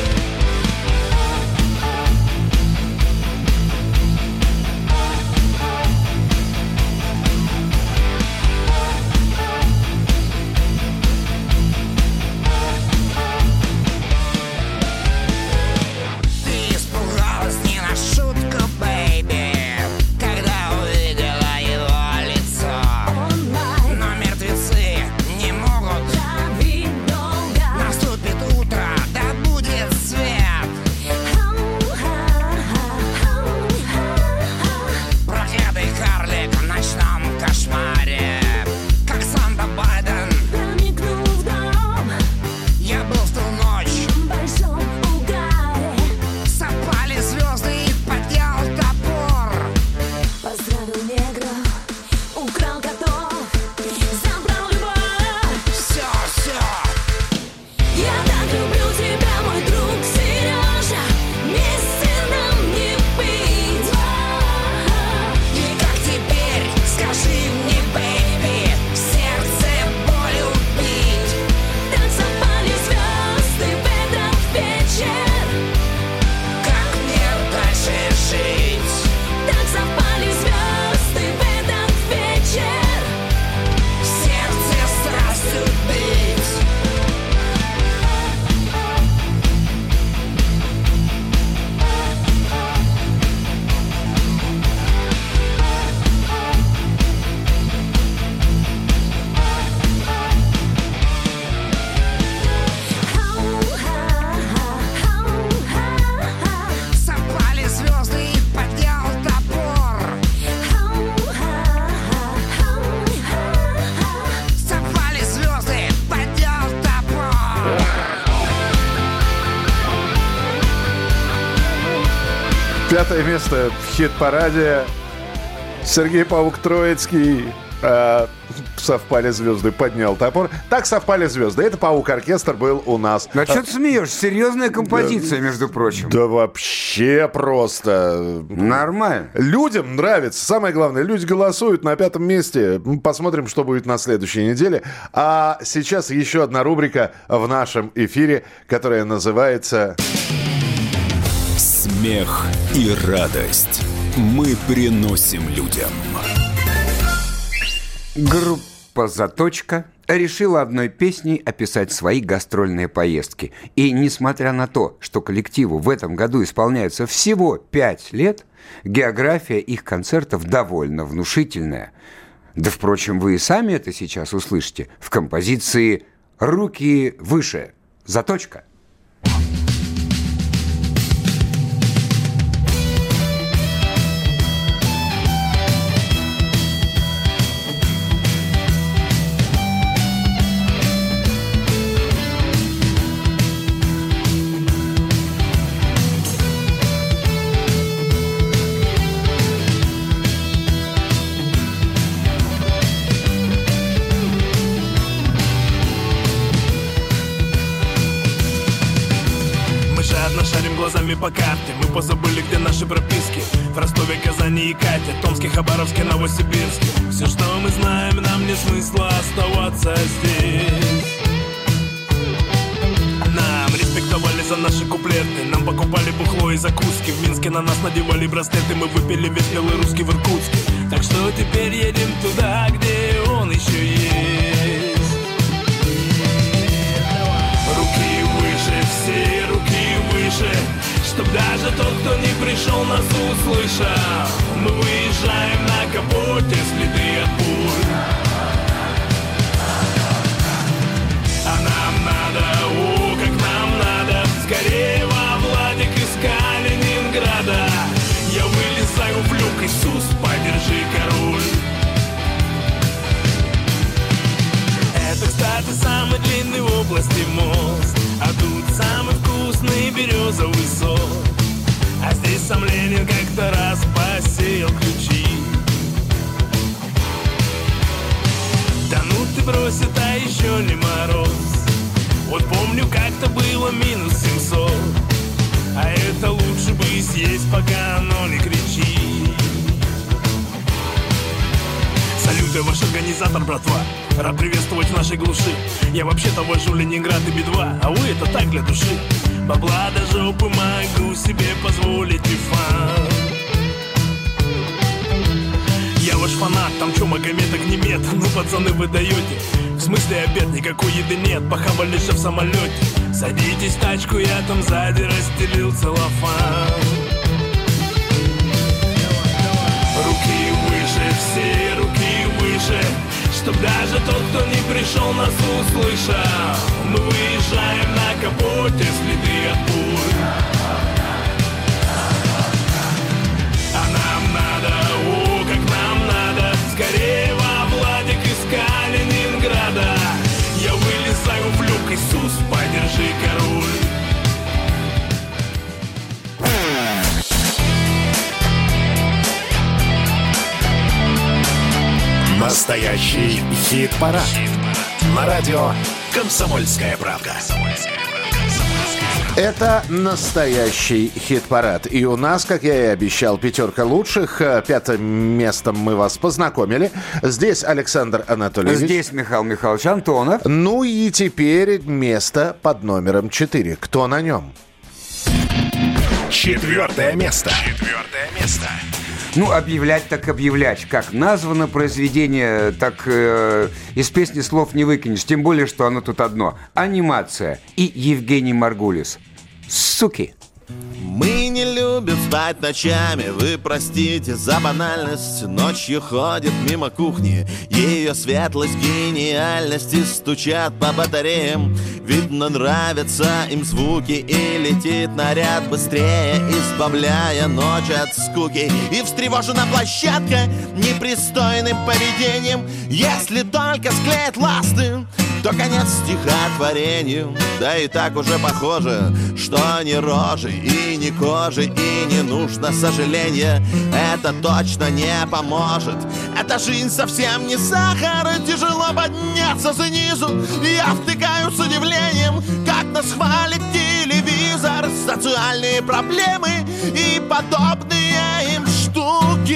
Ты испугалась не на шутку, бэйби, когда увидела его лицо. Но мертвецы не могут жить долго. Наступит утро, да будет свет. Проклятый карлик в ночном кошмаре, как Санта Байден, проникнул в дом. Я был в ту ночь в большом угаре. Совпали звезды и поднял топор. Поздравил негров, украл котов, забрал любовь. Все. Я так люблю тебя, мой друг Сережа. Вместе нам не быть. И как теперь, скажи мне, бэйби, в сердце боль убить. Так совпали звезды в этот вечер. Как мне дальше жить? Так совпали звезды в этот вечер. В сердце страстью бить. Совпали звезды и поднял топор. Совпали звезды, поднял топор. 5-е место в хит-параде. Сергей Паук-Троицкий. Совпали звезды, поднял топор. Так совпали звезды. Это «Паук-оркестр» был у нас. Ну, что ты смеешься? Серьезная композиция, между прочим. Да вообще просто... Нормально. Людям нравится. Самое главное, люди голосуют на 5-м месте. Посмотрим, что будет на следующей неделе. А сейчас еще одна рубрика в нашем эфире, которая называется... Смех и радость мы приносим людям. Группа «Заточка». решила одной песней описать свои гастрольные поездки. И несмотря на то, что коллективу в этом году исполняется всего 5 лет, география их концертов довольно внушительная. Да, впрочем, вы и сами это сейчас услышите в композиции «Руки выше». Заточка. Шарим глазами по карте, мы позабыли, где наши прописки. В Ростове, Казани и Кате, Томске, Хабаровске, Новосибирске. Все, что мы знаем, нам нет смысла оставаться здесь. Нам респектовали за наши куплеты, нам покупали бухло и закуски. В Минске на нас надевали браслеты, мы выпили весь белый русский в Иркутске. Так что теперь едем туда, где он еще есть. Руки выше, все руки выше, чтоб даже тот, кто не пришел, нас услышал. Мы выезжаем на капоте, следы от пуль. А нам надо, как нам надо, скорее во Владик из Калининграда. Я вылезаю в люк, Иисус, подержи, король. Это, кстати, самый длинный в области мост, а тут самый вкусный березовый сок. А здесь сам Ленин как-то раз посеял ключи. Да ну ты брось, это еще не мороз. Вот помню, как-то было минус 700. А это лучше бы съесть, пока оно не кричит. Салюты, ваш организатор, братва. Рад приветствовать в нашей глуши. Я вообще-то вожу Ленинград и Би-2, а вы это так для души. Бабла до жопы могу себе позволить и фан. Я ваш фанат, там чё, Магомед, огнемет? Ну, пацаны, вы даете. В смысле обед, никакой еды нет, похавали же в самолете. Садитесь в тачку, я там сзади расстелил целлофан. Руки выше, все руки выше, чтоб даже тот, кто не пришел, нас услышал. Мы выезжаем на капоте, следы от пуль. А нам надо, как нам надо, скорее во Владик из Калининграда. Я вылезаю в люк, Иисус, подержи, король. Настоящий хит-парад. На радио «Комсомольская правда». Это настоящий хит-парад. И у нас, как я и обещал, 5 лучших. 5 местом мы вас познакомили. Здесь Александр Анатольевич. Здесь Михаил Михайлович Антонов. Ну и теперь место под номером 4. Кто на нем? 4 место. 4 место. Ну, объявлять так объявлять. Как названо произведение, так из песни слов не выкинешь. Тем более, что оно тут одно. Анимация и Евгений Маргулис. Суки. Мы не любим спать ночами, вы простите за банальность. Ночью ходит мимо кухни, ее светлость, гениальность, и стучат по батареям. Видно, нравятся им звуки, и летит наряд быстрее, избавляя ночь от скуки. И встревожена площадка непристойным поведением. Если только склеят ласты, то конец стихотворению. Да и так уже похоже, что ни рожи и ни кожи, и не нужно сожаления. Это точно не поможет. Эта жизнь совсем не сахар, тяжело подняться снизу. Я втыкаю с удивлением, как нас хвалит телевизор. Социальные проблемы и подобные им штуки.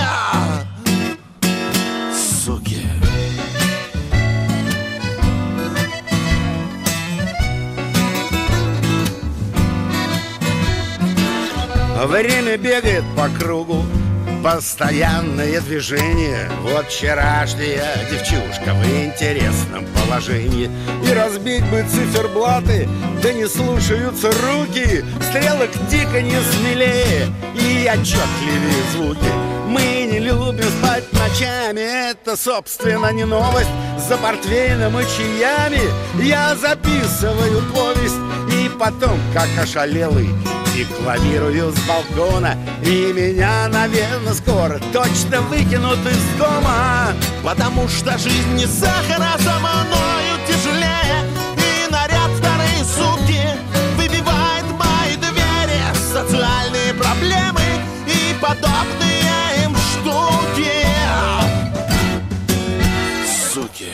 Суки. Время бегает по кругу, постоянное движение. Вот вчерашняя девчушка в интересном положении. И разбить бы циферблаты, да не слушаются руки. Стрелок тиканье смелее и отчетливее звуки. Мы не любим спать ночами, это, собственно, не новость. За портвейном и чаями я записываю повесть. И потом, как ошалелый, декламирую с балкона. И меня, наверное, скоро точно выкинут из дома. Потому что жизнь не сахар, а за мною тяжелее. И наряд вторые сутки выбивает мои двери. Социальные проблемы и подобные им штуки. Суки.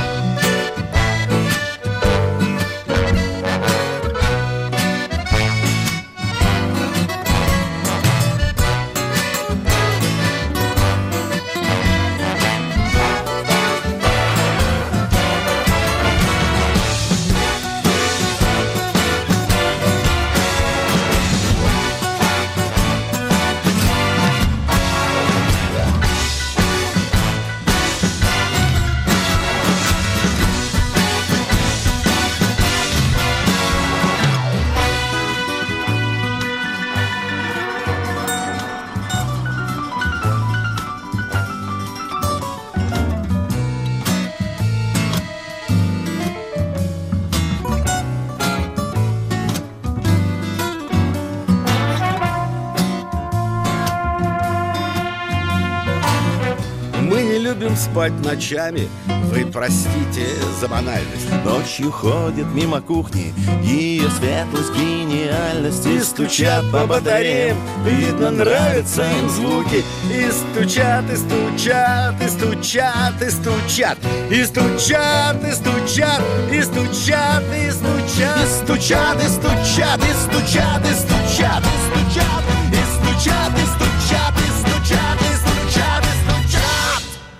Спать ночами, вы простите за банальность. Ночью ходит мимо кухни ее светлость, гениальность. И стучат по батареям, видно, нравятся им звуки. И стучат, и стучат, и стучат, и стучат. И стучат, и стучат, и стучат, и стучат. И стучат, и стучат, и стучат, и стучат, и стучат, и стучат, и стучат, и стучат, и стучат, и стучат.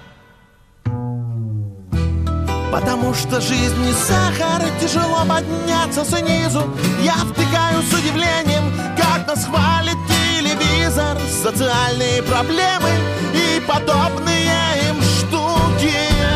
Потому что жизнь не сахар, и тяжело подняться снизу. Я втыкаю с удивлением, как нас хвалит телевизор. Социальные проблемы и подобные им штуки.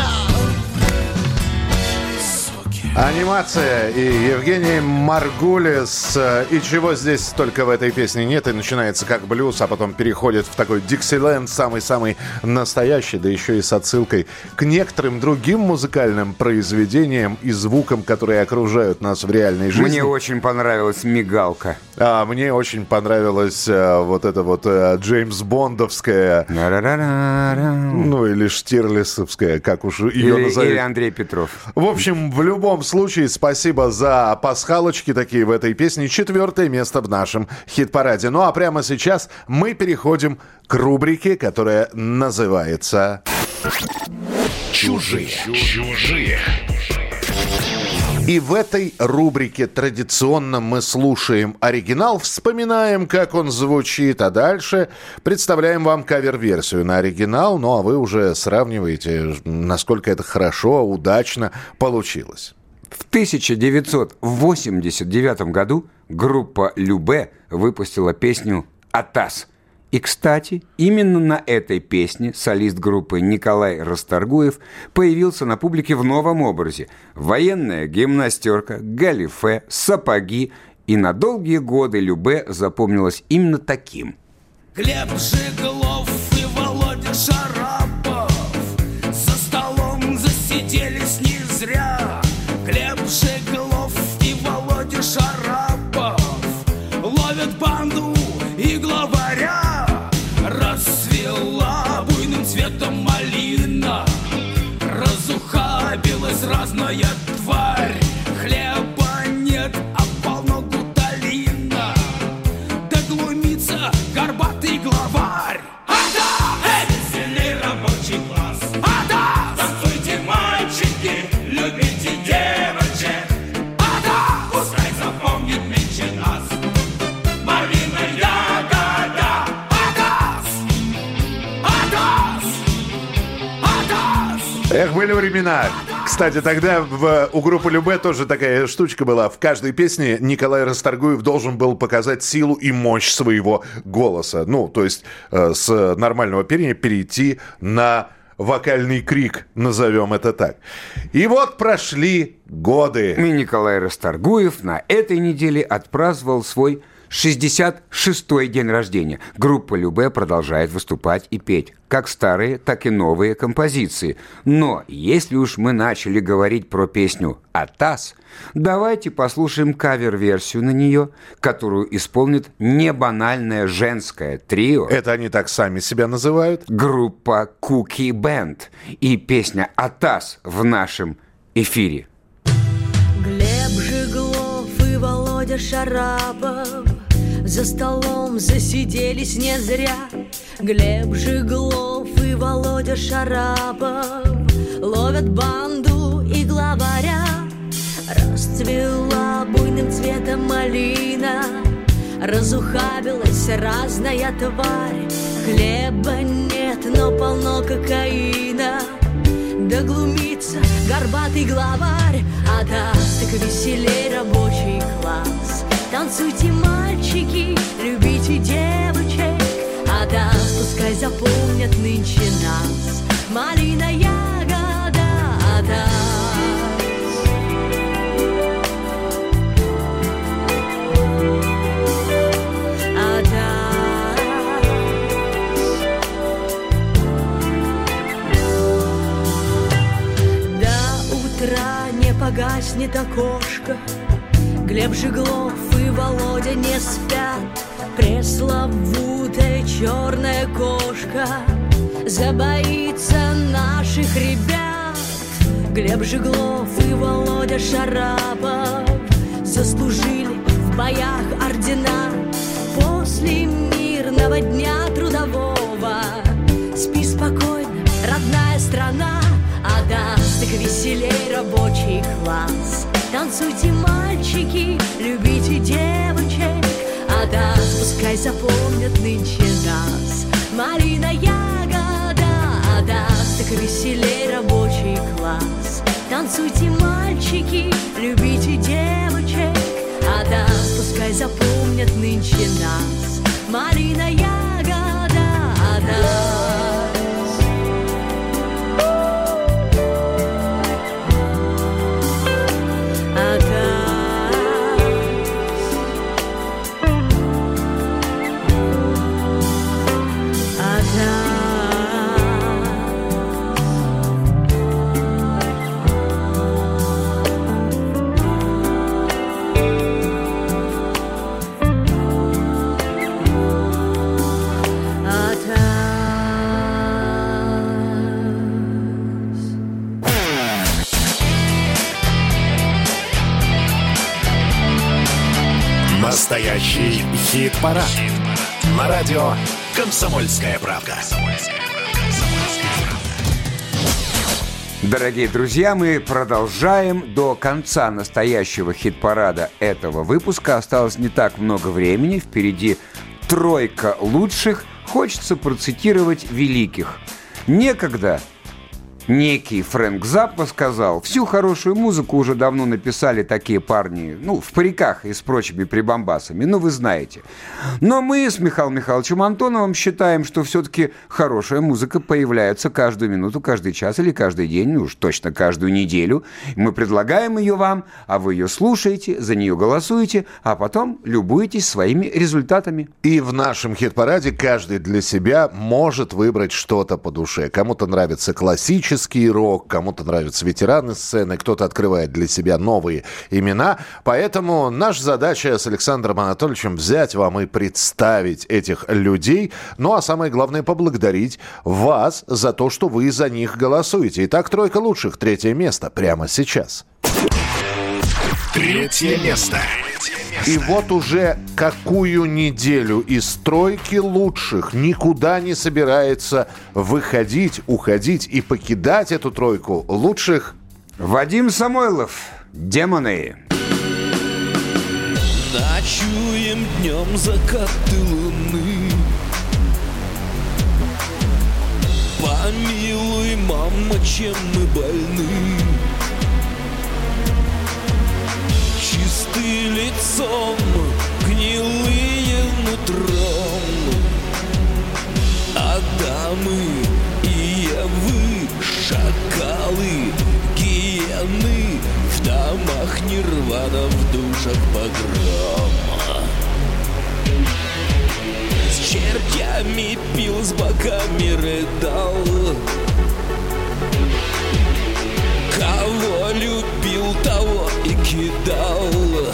Анимация и Евгений Маргулис. И чего здесь только в этой песне нет. И начинается как блюз, а потом переходит в такой Диксиленд, самый-самый настоящий, да еще и с отсылкой к некоторым другим музыкальным произведениям и звукам, которые окружают нас в реальной жизни. Мне очень понравилась «Мигалка». Мне очень понравилась вот эта вот Джеймс Бондовская, ну или Штирлицовская, как уж ее назовут. Или Андрей Петров. В общем, в любом случае, спасибо за пасхалочки такие в этой песне. 4-е место в нашем хит-параде. Ну а прямо сейчас мы переходим к рубрике, которая называется «Чужие». Чужие. И в этой рубрике традиционно мы слушаем оригинал, вспоминаем, как он звучит, а дальше представляем вам кавер-версию на оригинал, ну а вы уже сравниваете, насколько это хорошо, удачно получилось. В 1989 году группа «Любэ» выпустила песню «Атас». И, кстати, именно на этой песне солист группы Николай Расторгуев появился на публике в новом образе. Военная гимнастерка, галифе, сапоги. И на долгие годы Любэ запомнилась именно таким. Глеб Жиглов и Володя Шарапов за столом засиделись не зря. Глеб Жиглов и Володя Шарапов ловят банду и главаря. Расцвела буйным цветом малина, разухабилась разная тварь. Хлеба нет, а полно гуталина. Да глумится горбатый главарь. Ада! Веселый рабочий класс. Ада! Танцуйте, мальчики, любите девочек. Ада! Пускай запомнит меньше нас. Марина Ягода. Эх, были времена. Кстати, тогда у группы Любэ тоже такая штучка была. В каждой песне Николай Расторгуев должен был показать силу и мощь своего голоса. Ну, то есть с нормального пения перейти на вокальный крик, назовем это так. И вот прошли годы. И Николай Расторгуев на этой неделе отпраздновал свой 66-й день рождения. Группа Любэ продолжает выступать и петь как старые, так и новые композиции. Но если уж мы начали говорить про песню «Атас», давайте послушаем кавер-версию на нее, которую исполнит небанальное женское трио. Это они так сами себя называют? Группа Cookie Band. И песня «Атас» в нашем эфире. Глеб Жиглов и Володя Шарапов за столом засиделись не зря. Глеб Жиглов и Володя Шарапов ловят банду и главаря. Расцвела буйным цветом малина, разухабилась разная тварь. Хлеба нет, но полно кокаина. Да глумится горбатый главарь. А даст так веселей рабочий класс. Танцуйте, мальчики, любите девочек. А даст, пускай запомнят нынче нас. Малина, ягода, а погаснет окошко. Глеб Жиглов и Володя не спят. Пресловутая черная кошка забоится наших ребят. Глеб Жиглов и Володя Шарапов заслужили в боях ордена. После мирного дня трудового спи спокойно, родная страна. А даст так веселей рабочий класс. Танцуйте, мальчики, любите девочек. А даст, пускай запомнят нынче нас. Малина, ягода, а даст так веселей рабочий класс. Танцуйте, мальчики, любите девочек. А даст, пускай запомнят нынче нас. Малина, ягода, а даст. Настоящий хит-парад. На радио «Комсомольская правда». Дорогие друзья, мы продолжаем. До конца настоящего хит-парада этого выпуска осталось не так много времени. Впереди тройка лучших. Хочется процитировать великих. Некогда некий Фрэнк Заппа сказал: всю хорошую музыку уже давно написали такие парни, в париках и с прочими прибамбасами, вы знаете. Но мы с Михаилом Михайловичем Антоновым считаем, что все-таки хорошая музыка появляется каждую минуту, каждый час или каждый день, уж точно каждую неделю. Мы предлагаем ее вам, а вы ее слушаете, за нее голосуете, а потом любуетесь своими результатами. И в нашем хит-параде каждый для себя может выбрать что-то по душе. Кому-то нравится классический рок, кому-то нравятся ветераны сцены, кто-то открывает для себя новые имена. Поэтому наша задача с Александром Анатольевичем взять вам и представить этих людей. Ну, а самое главное, поблагодарить вас за то, что вы за них голосуете. Итак, тройка лучших, 3-е место прямо сейчас. 3-е место. И вот уже какую неделю из тройки лучших никуда не собирается выходить, уходить и покидать эту тройку лучших Вадим Самойлов, «Демоны». Ночуем днем закаты луны. Помилуй, мама, чем мы больны. лицом, гнилые нутром. Адамы и Евы, шакалы, гиены, в домах нирвана, в душах погрома. С чертями пил, с боками рыдал. Кого любил, того и кидал.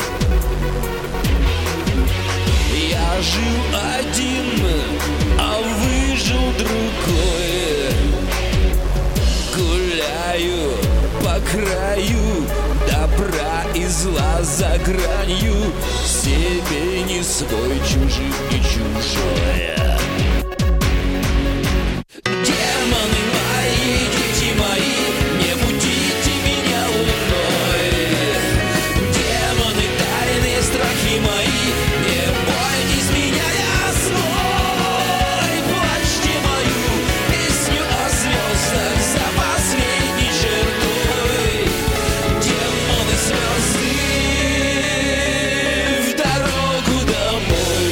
Я жил один, а выжил другой. Гуляю по краю добра и зла за гранью. Себе не свой, чужим не чужое. Демоны мои, дети мои, не будите меня луной. Демоны, тайные страхи мои, не бойтесь меня, я свой. Плачьте мою песню о звездах за последней чертой. Демоны, звезды в дорогу домой.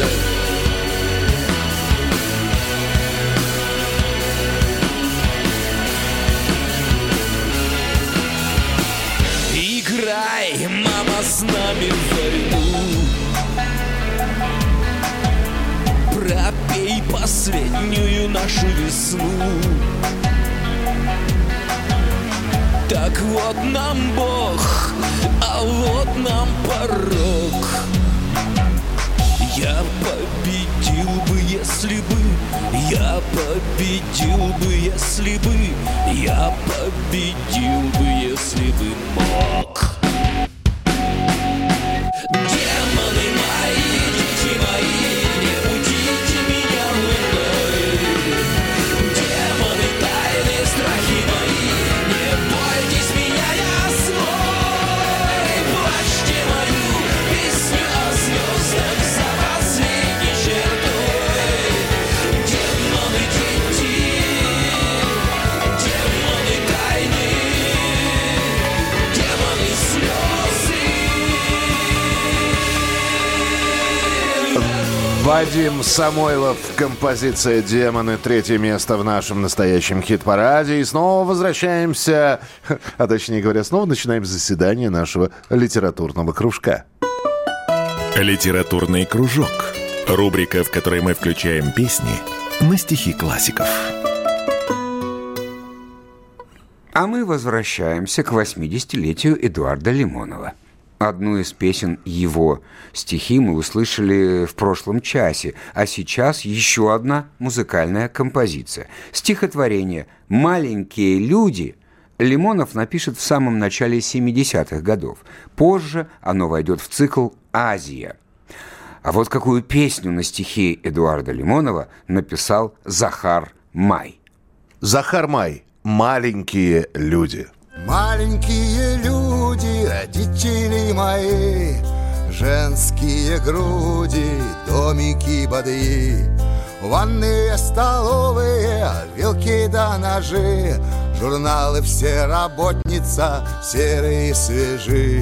Играй, мама, с нами в войну. Пропей последнюю нашу весну. Так вот нам Бог, а вот нам порок. Я победил бы, если бы, я победил бы, если бы, я победил бы, если бы мог. Демоны мои, дети мои, не будите меня луной. Демоны, тайные страхи мои, не бойтесь меня, я свой. Плачьте мою песню о звездах за последней чертой. Демоны, дети, демоны тайные, демоны слезы. Вадим Самойлов, композиция «Демоны», 3 место в нашем настоящем хит-параде. И снова возвращаемся, а точнее говоря, снова начинаем заседание нашего литературного кружка. Литературный кружок. Рубрика, в которой мы включаем песни на стихи классиков. А мы возвращаемся к 80-летию Эдуарда Лимонова. Одну из песен его стихи мы услышали в прошлом часе, а сейчас еще одна музыкальная композиция. Стихотворение «Маленькие люди» Лимонов напишет в самом начале 70-х годов. Позже оно войдет в цикл «Азия». А вот какую песню на стихи Эдуарда Лимонова написал Захар Май. Захар Май. «Маленькие люди». Маленькие люди, родители мои, женские груди, домики бадьи, ванные, столовые, вилки да ножи, журналы все работница, серые и свежи.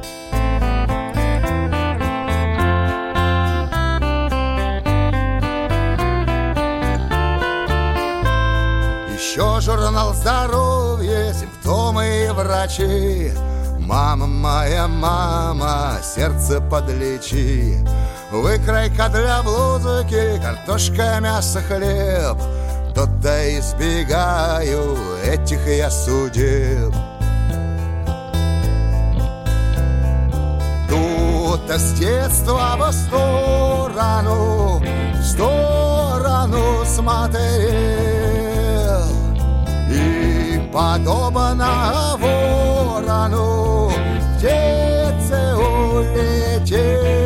Еще журнал здоровья, симптомы и врачи. Мама моя, мама, сердце подлечи. Выкройка для блузки, картошка, мясо, хлеб. То-то избегаю этих я судеб. Тут-то с детства в сторону смотрел. И подобно ворону птице улетел.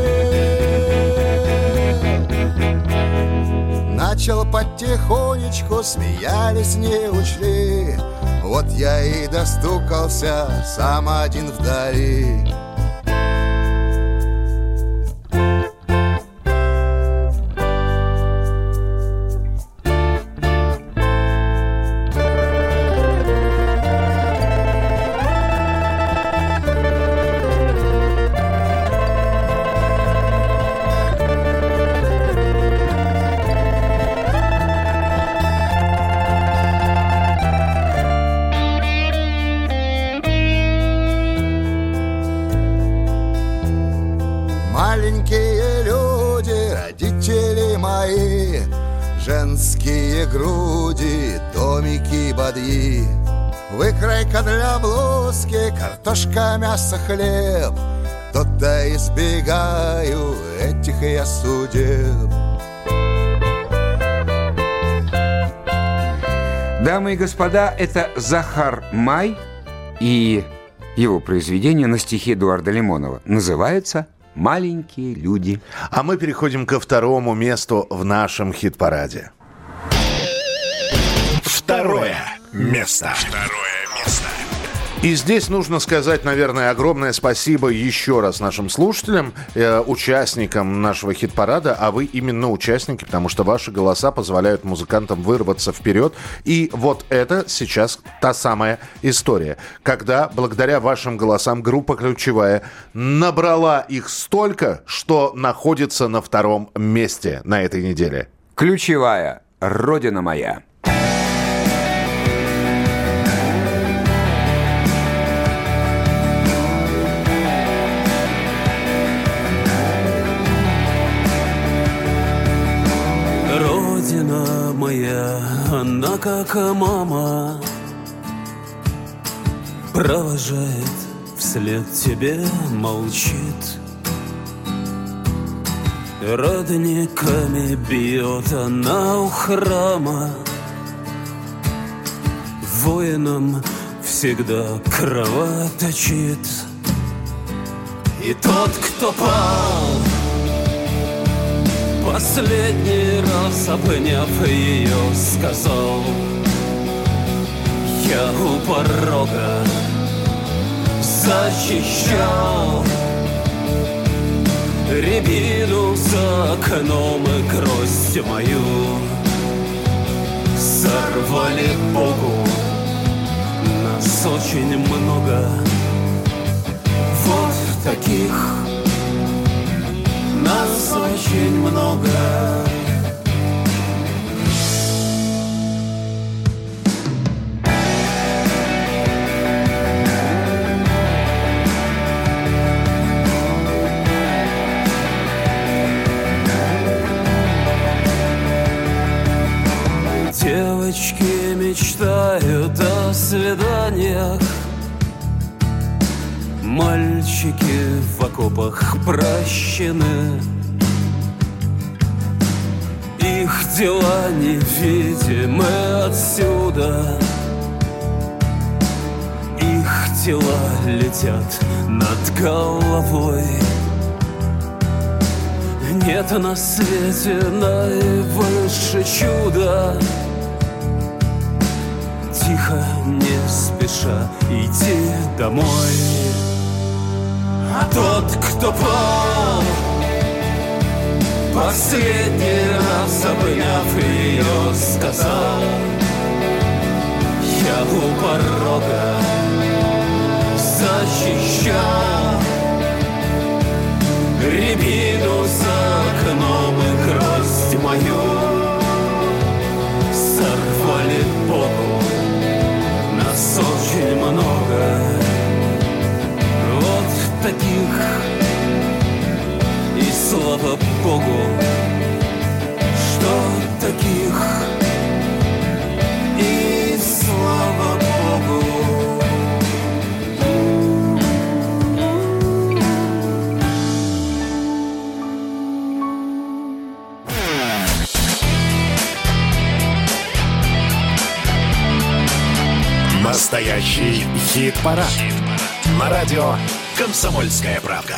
Начал потихонечку, смеялись, не учли. Вот я и достукался сам один вдали. Маленькие люди, родители мои, женские груди, домики, бадьи, выкройка для блузки, картошка, мясо, хлеб. То-то избегаю этих я судеб. Дамы и господа, это Захар Май и его произведение на стихи Эдуарда Лимонова. Называется «Маленькие люди». А мы переходим ко второму месту в нашем хит-параде. Второе место. И здесь нужно сказать, наверное, огромное спасибо еще раз нашим слушателям, участникам нашего хит-парада, а вы именно участники, потому что ваши голоса позволяют музыкантам вырваться вперед. И вот это сейчас та самая история, когда благодаря вашим голосам группа «Ключевая» набрала их столько, что находится на втором месте на этой неделе. «Ключевая. Родина моя». Родина моя, она как мама, провожает вслед тебе, молчит. Родниками бьет она у храма, воинам всегда кровоточит. И тот, кто пал, последний раз обняв ее, сказал: я у порога защищал рябину за окном и гроздь мою. Сорвали Богу, нас очень много, вот таких нас очень много. Девочки мечтают о свиданиях, мальчики в окопах прощены. Их дела невидимы отсюда, их тела летят над головой. Нет на свете наивысше чуда. Тихо, не спеша, иди домой. А тот, кто пал, последний раз обняв ее, сказал: я у порога защищал рябину за окном и гроздь мою. Сорвали Богу, нас очень много, вот таких. И слава Богу, что таких. И слава Богу. Настоящий хит-парад. На радио «Комсомольская правда».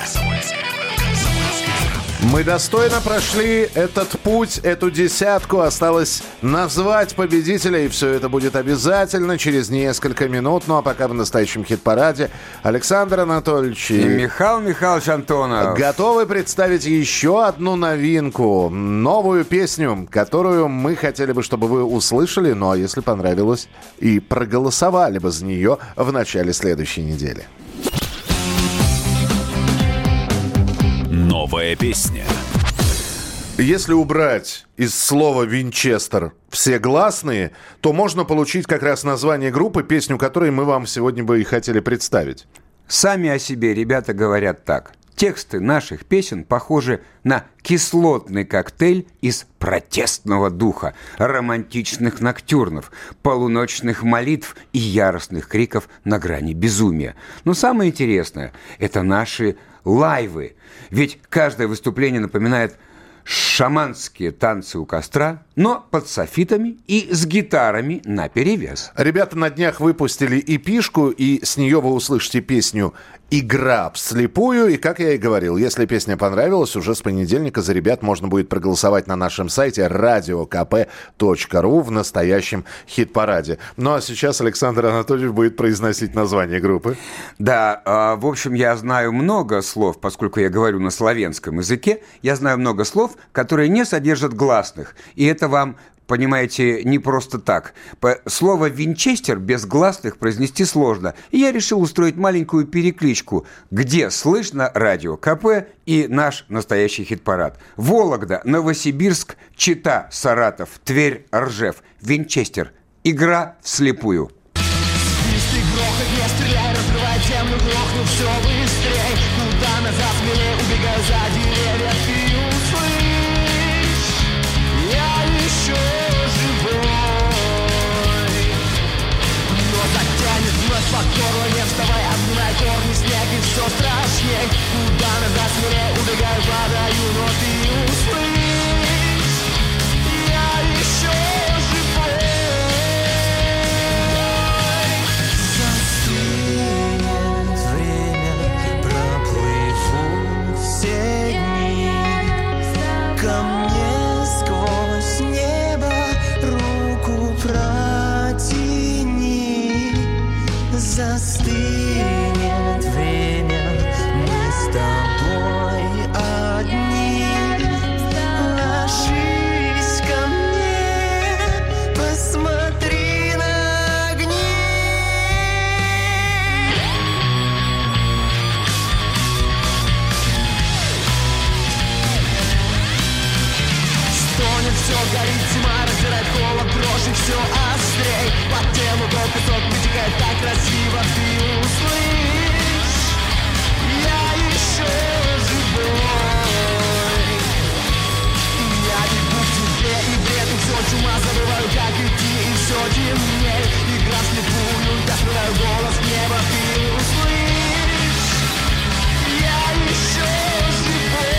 Мы достойно прошли этот путь, эту десятку. Осталось назвать победителя, и все это будет обязательно через несколько минут. Ну а пока в настоящем хит-параде Александр Анатольевич и Михаил Михайлович Антонов готовы представить еще одну новинку, новую песню, которую мы хотели бы, чтобы вы услышали, ну а если понравилось, и проголосовали бы за нее в начале следующей недели. Новая песня. Если убрать из слова «Винчестер» все гласные, то можно получить как раз название группы, песню которой мы вам сегодня бы и хотели представить. Сами о себе ребята говорят так. Тексты наших песен похожи на кислотный коктейль из протестного духа, романтичных ноктюрнов, полуночных молитв и яростных криков на грани безумия. Но самое интересное – это наши лайвы. Ведь каждое выступление напоминает шаманские танцы у костра, но под софитами и с гитарами наперевес. Ребята на днях выпустили эпишку, и с нее вы услышите песню «Игра вслепую». И, как я и говорил, если песня понравилась, уже с понедельника за ребят можно будет проголосовать на нашем сайте radiokp.ru в настоящем хит-параде. Ну а сейчас Александр Анатольевич будет произносить название группы. Да, в общем, я знаю много слов, поскольку я говорю на славянском языке, я знаю много слов, которые не содержат гласных. И это вам, понимаете, не просто так. Слово «винчестер» без гласных произнести сложно. И я решил устроить маленькую перекличку, где слышно радио КП и наш настоящий хит-парад. Вологда, Новосибирск, Чита, Саратов, Тверь, Ржев, Винчестер. Игра вслепую. Свист и грохот, не стреляй, разрывай землю, глохну все быстрей. Туда назад смелее, убегаю за деревья, ты услышь, я еще живой. Но затянет вновь под горло, не вставай, обнимай корни, снег и все страшней. Туда назад смелее, убегаю, падаю, но ты услышь, я еще живой. Ко мне сквозь небо руку протяни, застынет время, мы с тобой одни. Ложись ко мне, посмотри на огни. Стонет все, горит зима, раздирает холод, дрожь и все острей. По телу гол песок вытекает так красиво, ты услышь, я еще живой. Я бегу к тебе, и бред, и все чума, забываю, как идти, и все темней. Игра вслепую, я срываю голос в небо, ты услышь, я еще живой.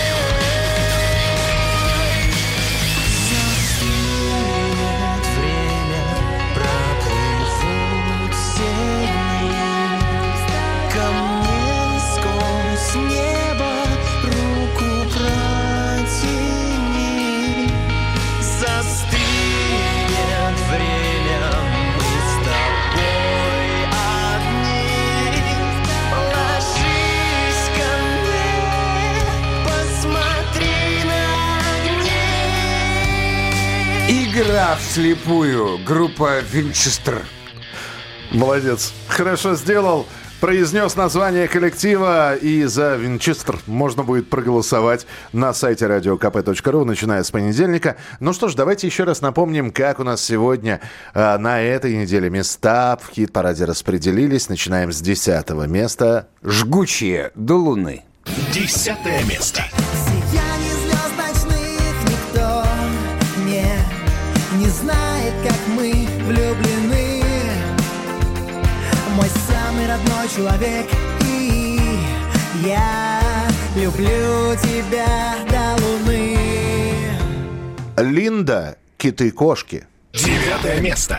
Игра вслепую. Группа Винчестер. Молодец. Хорошо сделал. Произнес название коллектива, и за Винчестер можно будет проголосовать на сайте radiokp.ru, начиная с понедельника. Ну что ж, давайте еще раз напомним, как у нас сегодня на этой неделе места в хит-параде распределились. Начинаем с 10-го места. «Жгучие до луны». 10-е место. Сияние звезд ночных никто не знает, как мы влюблены. Мой самый родной человек, и я люблю тебя до луны. Линда, «Киты-кошки». 9-е место.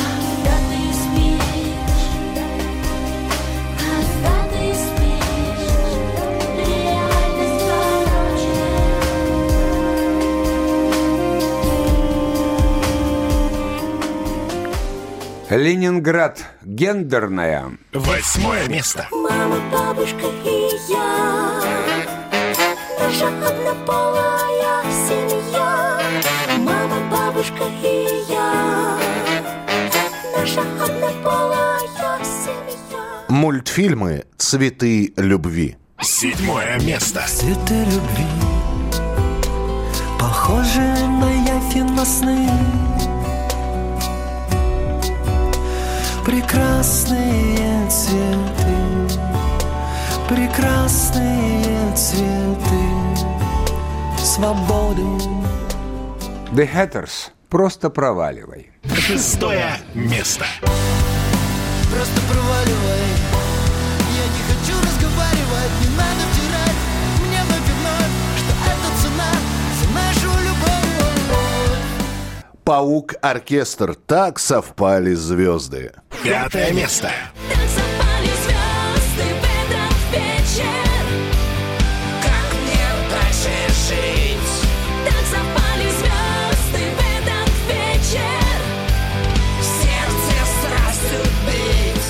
Ленинград. Гендерная. 8-е место. Мама, бабушка и я, наша однополая семья. Мама, бабушка и я, наша однополая семья. Мультфильмы «Цветы любви». 7-е место. Цветы любви, похожие на явь и на сны. Прекрасные цветы, прекрасные цветы. свободу. The Hatters. Просто проваливай. 6-е место. Просто проваливай. Я не хочу разговаривать, не надо втирать мне вновь и вновь, что это цена за нашу любовь. Паук-оркестр. Так совпали звезды. 5-е место. Так запали звезды в этот вечер. Как мне дальше жить? Так запали звезды в этот вечер. Сердце страстью бить.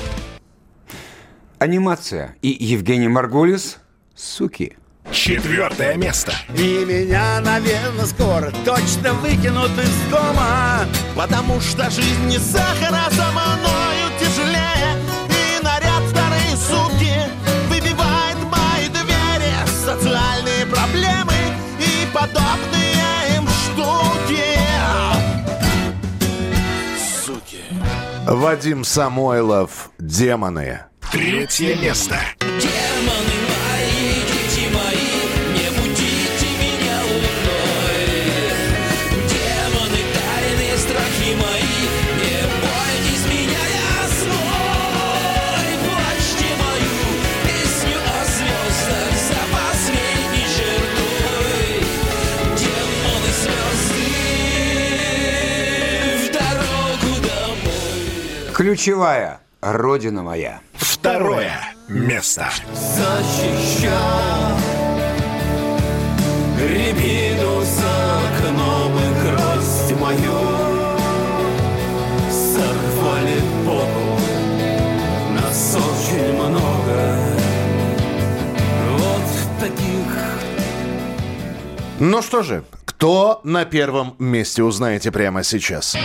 Анимация. И Евгений Маргулис «Суки». 4-е место. И меня, наверное, скоро точно выкинут из дома. Потому что жизнь не сахар, а за мною тяжелее. И наряд старые сутки выбивает мои двери. Социальные проблемы и подобные им штуки. Суки. Вадим Самойлов. «Демоны». 3-е место. Демоны мои, дети мои, не будите меня луной. Демоны, тайные страхи мои, не бойтесь меня, я свой. Плачьте мою песню о звездах за последней чертой. Демоны, звезды, в дорогу домой. Ключевая. Родина моя. 2-е место. Защищай рябину за окном и гроздь мою. Сорвали Богу, нас очень много. Вот таких. Ну что же, кто на первом месте, узнаете прямо сейчас.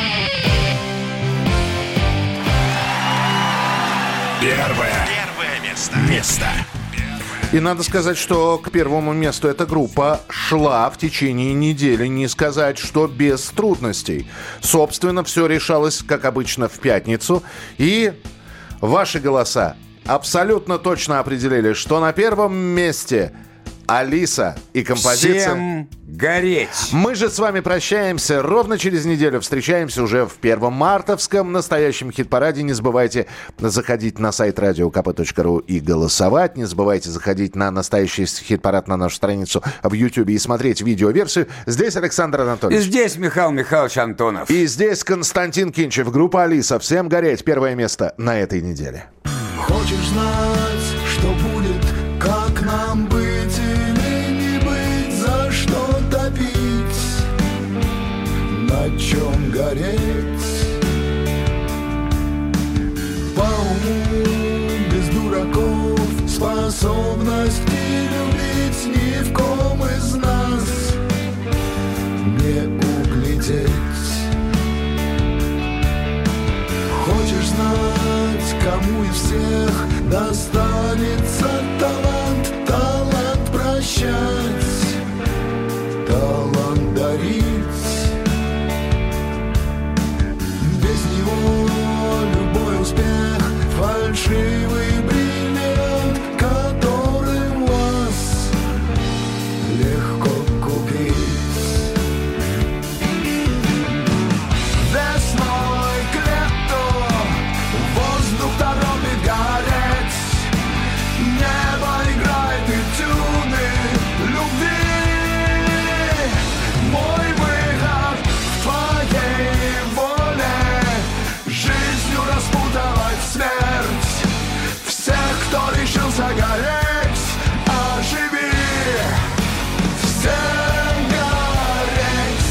Первое место. И надо сказать, что к первому месту эта группа шла в течение недели, не сказать, что без трудностей. Собственно, все решалось, как обычно, в пятницу. И ваши голоса абсолютно точно определили, что на первом месте Алиса и композиция «Всем гореть». Мы же с вами прощаемся ровно через неделю. Встречаемся уже в первом мартовском настоящем хит-параде. Не забывайте заходить на сайт radiokp.ru и голосовать. Не забывайте заходить на настоящий хит-парад на нашу страницу в YouTube и смотреть видеоверсию. Здесь Александр Анатольевич. И здесь Михаил Михайлович Антонов. И здесь Константин Кинчев. Группа «Алиса». Всем гореть. Первое место на этой неделе. Хочешь знать, что будет, как нам быть или не быть, за что топить, на чем гореть? По уму, без дураков, способность не любить ни в ком из нас не углядеть. Хочешь знать, кому из всех достанется талант, талант прощать, талант дарить. Без него любой успех — фальшивый бриллиант, которым вас легко купить. Весной к лету воздух торопит гореть, небо играет этюды любви. Мой выход в твоей воле, жизнью распутывать смерть. Всех, кто решился гореть, оживи. Всем гореть.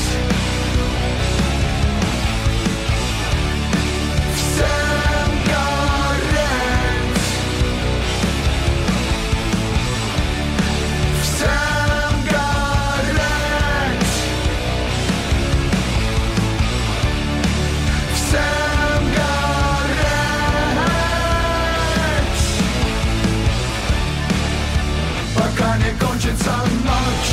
Всем гореть. Всем гореть. Всем гореть. Пока не кончится ночь,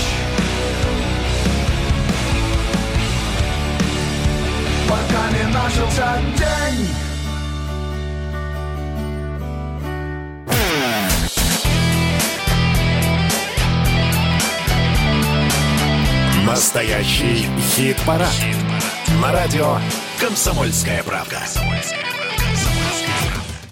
пока не начался день. Настоящий хит-парад. На радио «Комсомольская правда».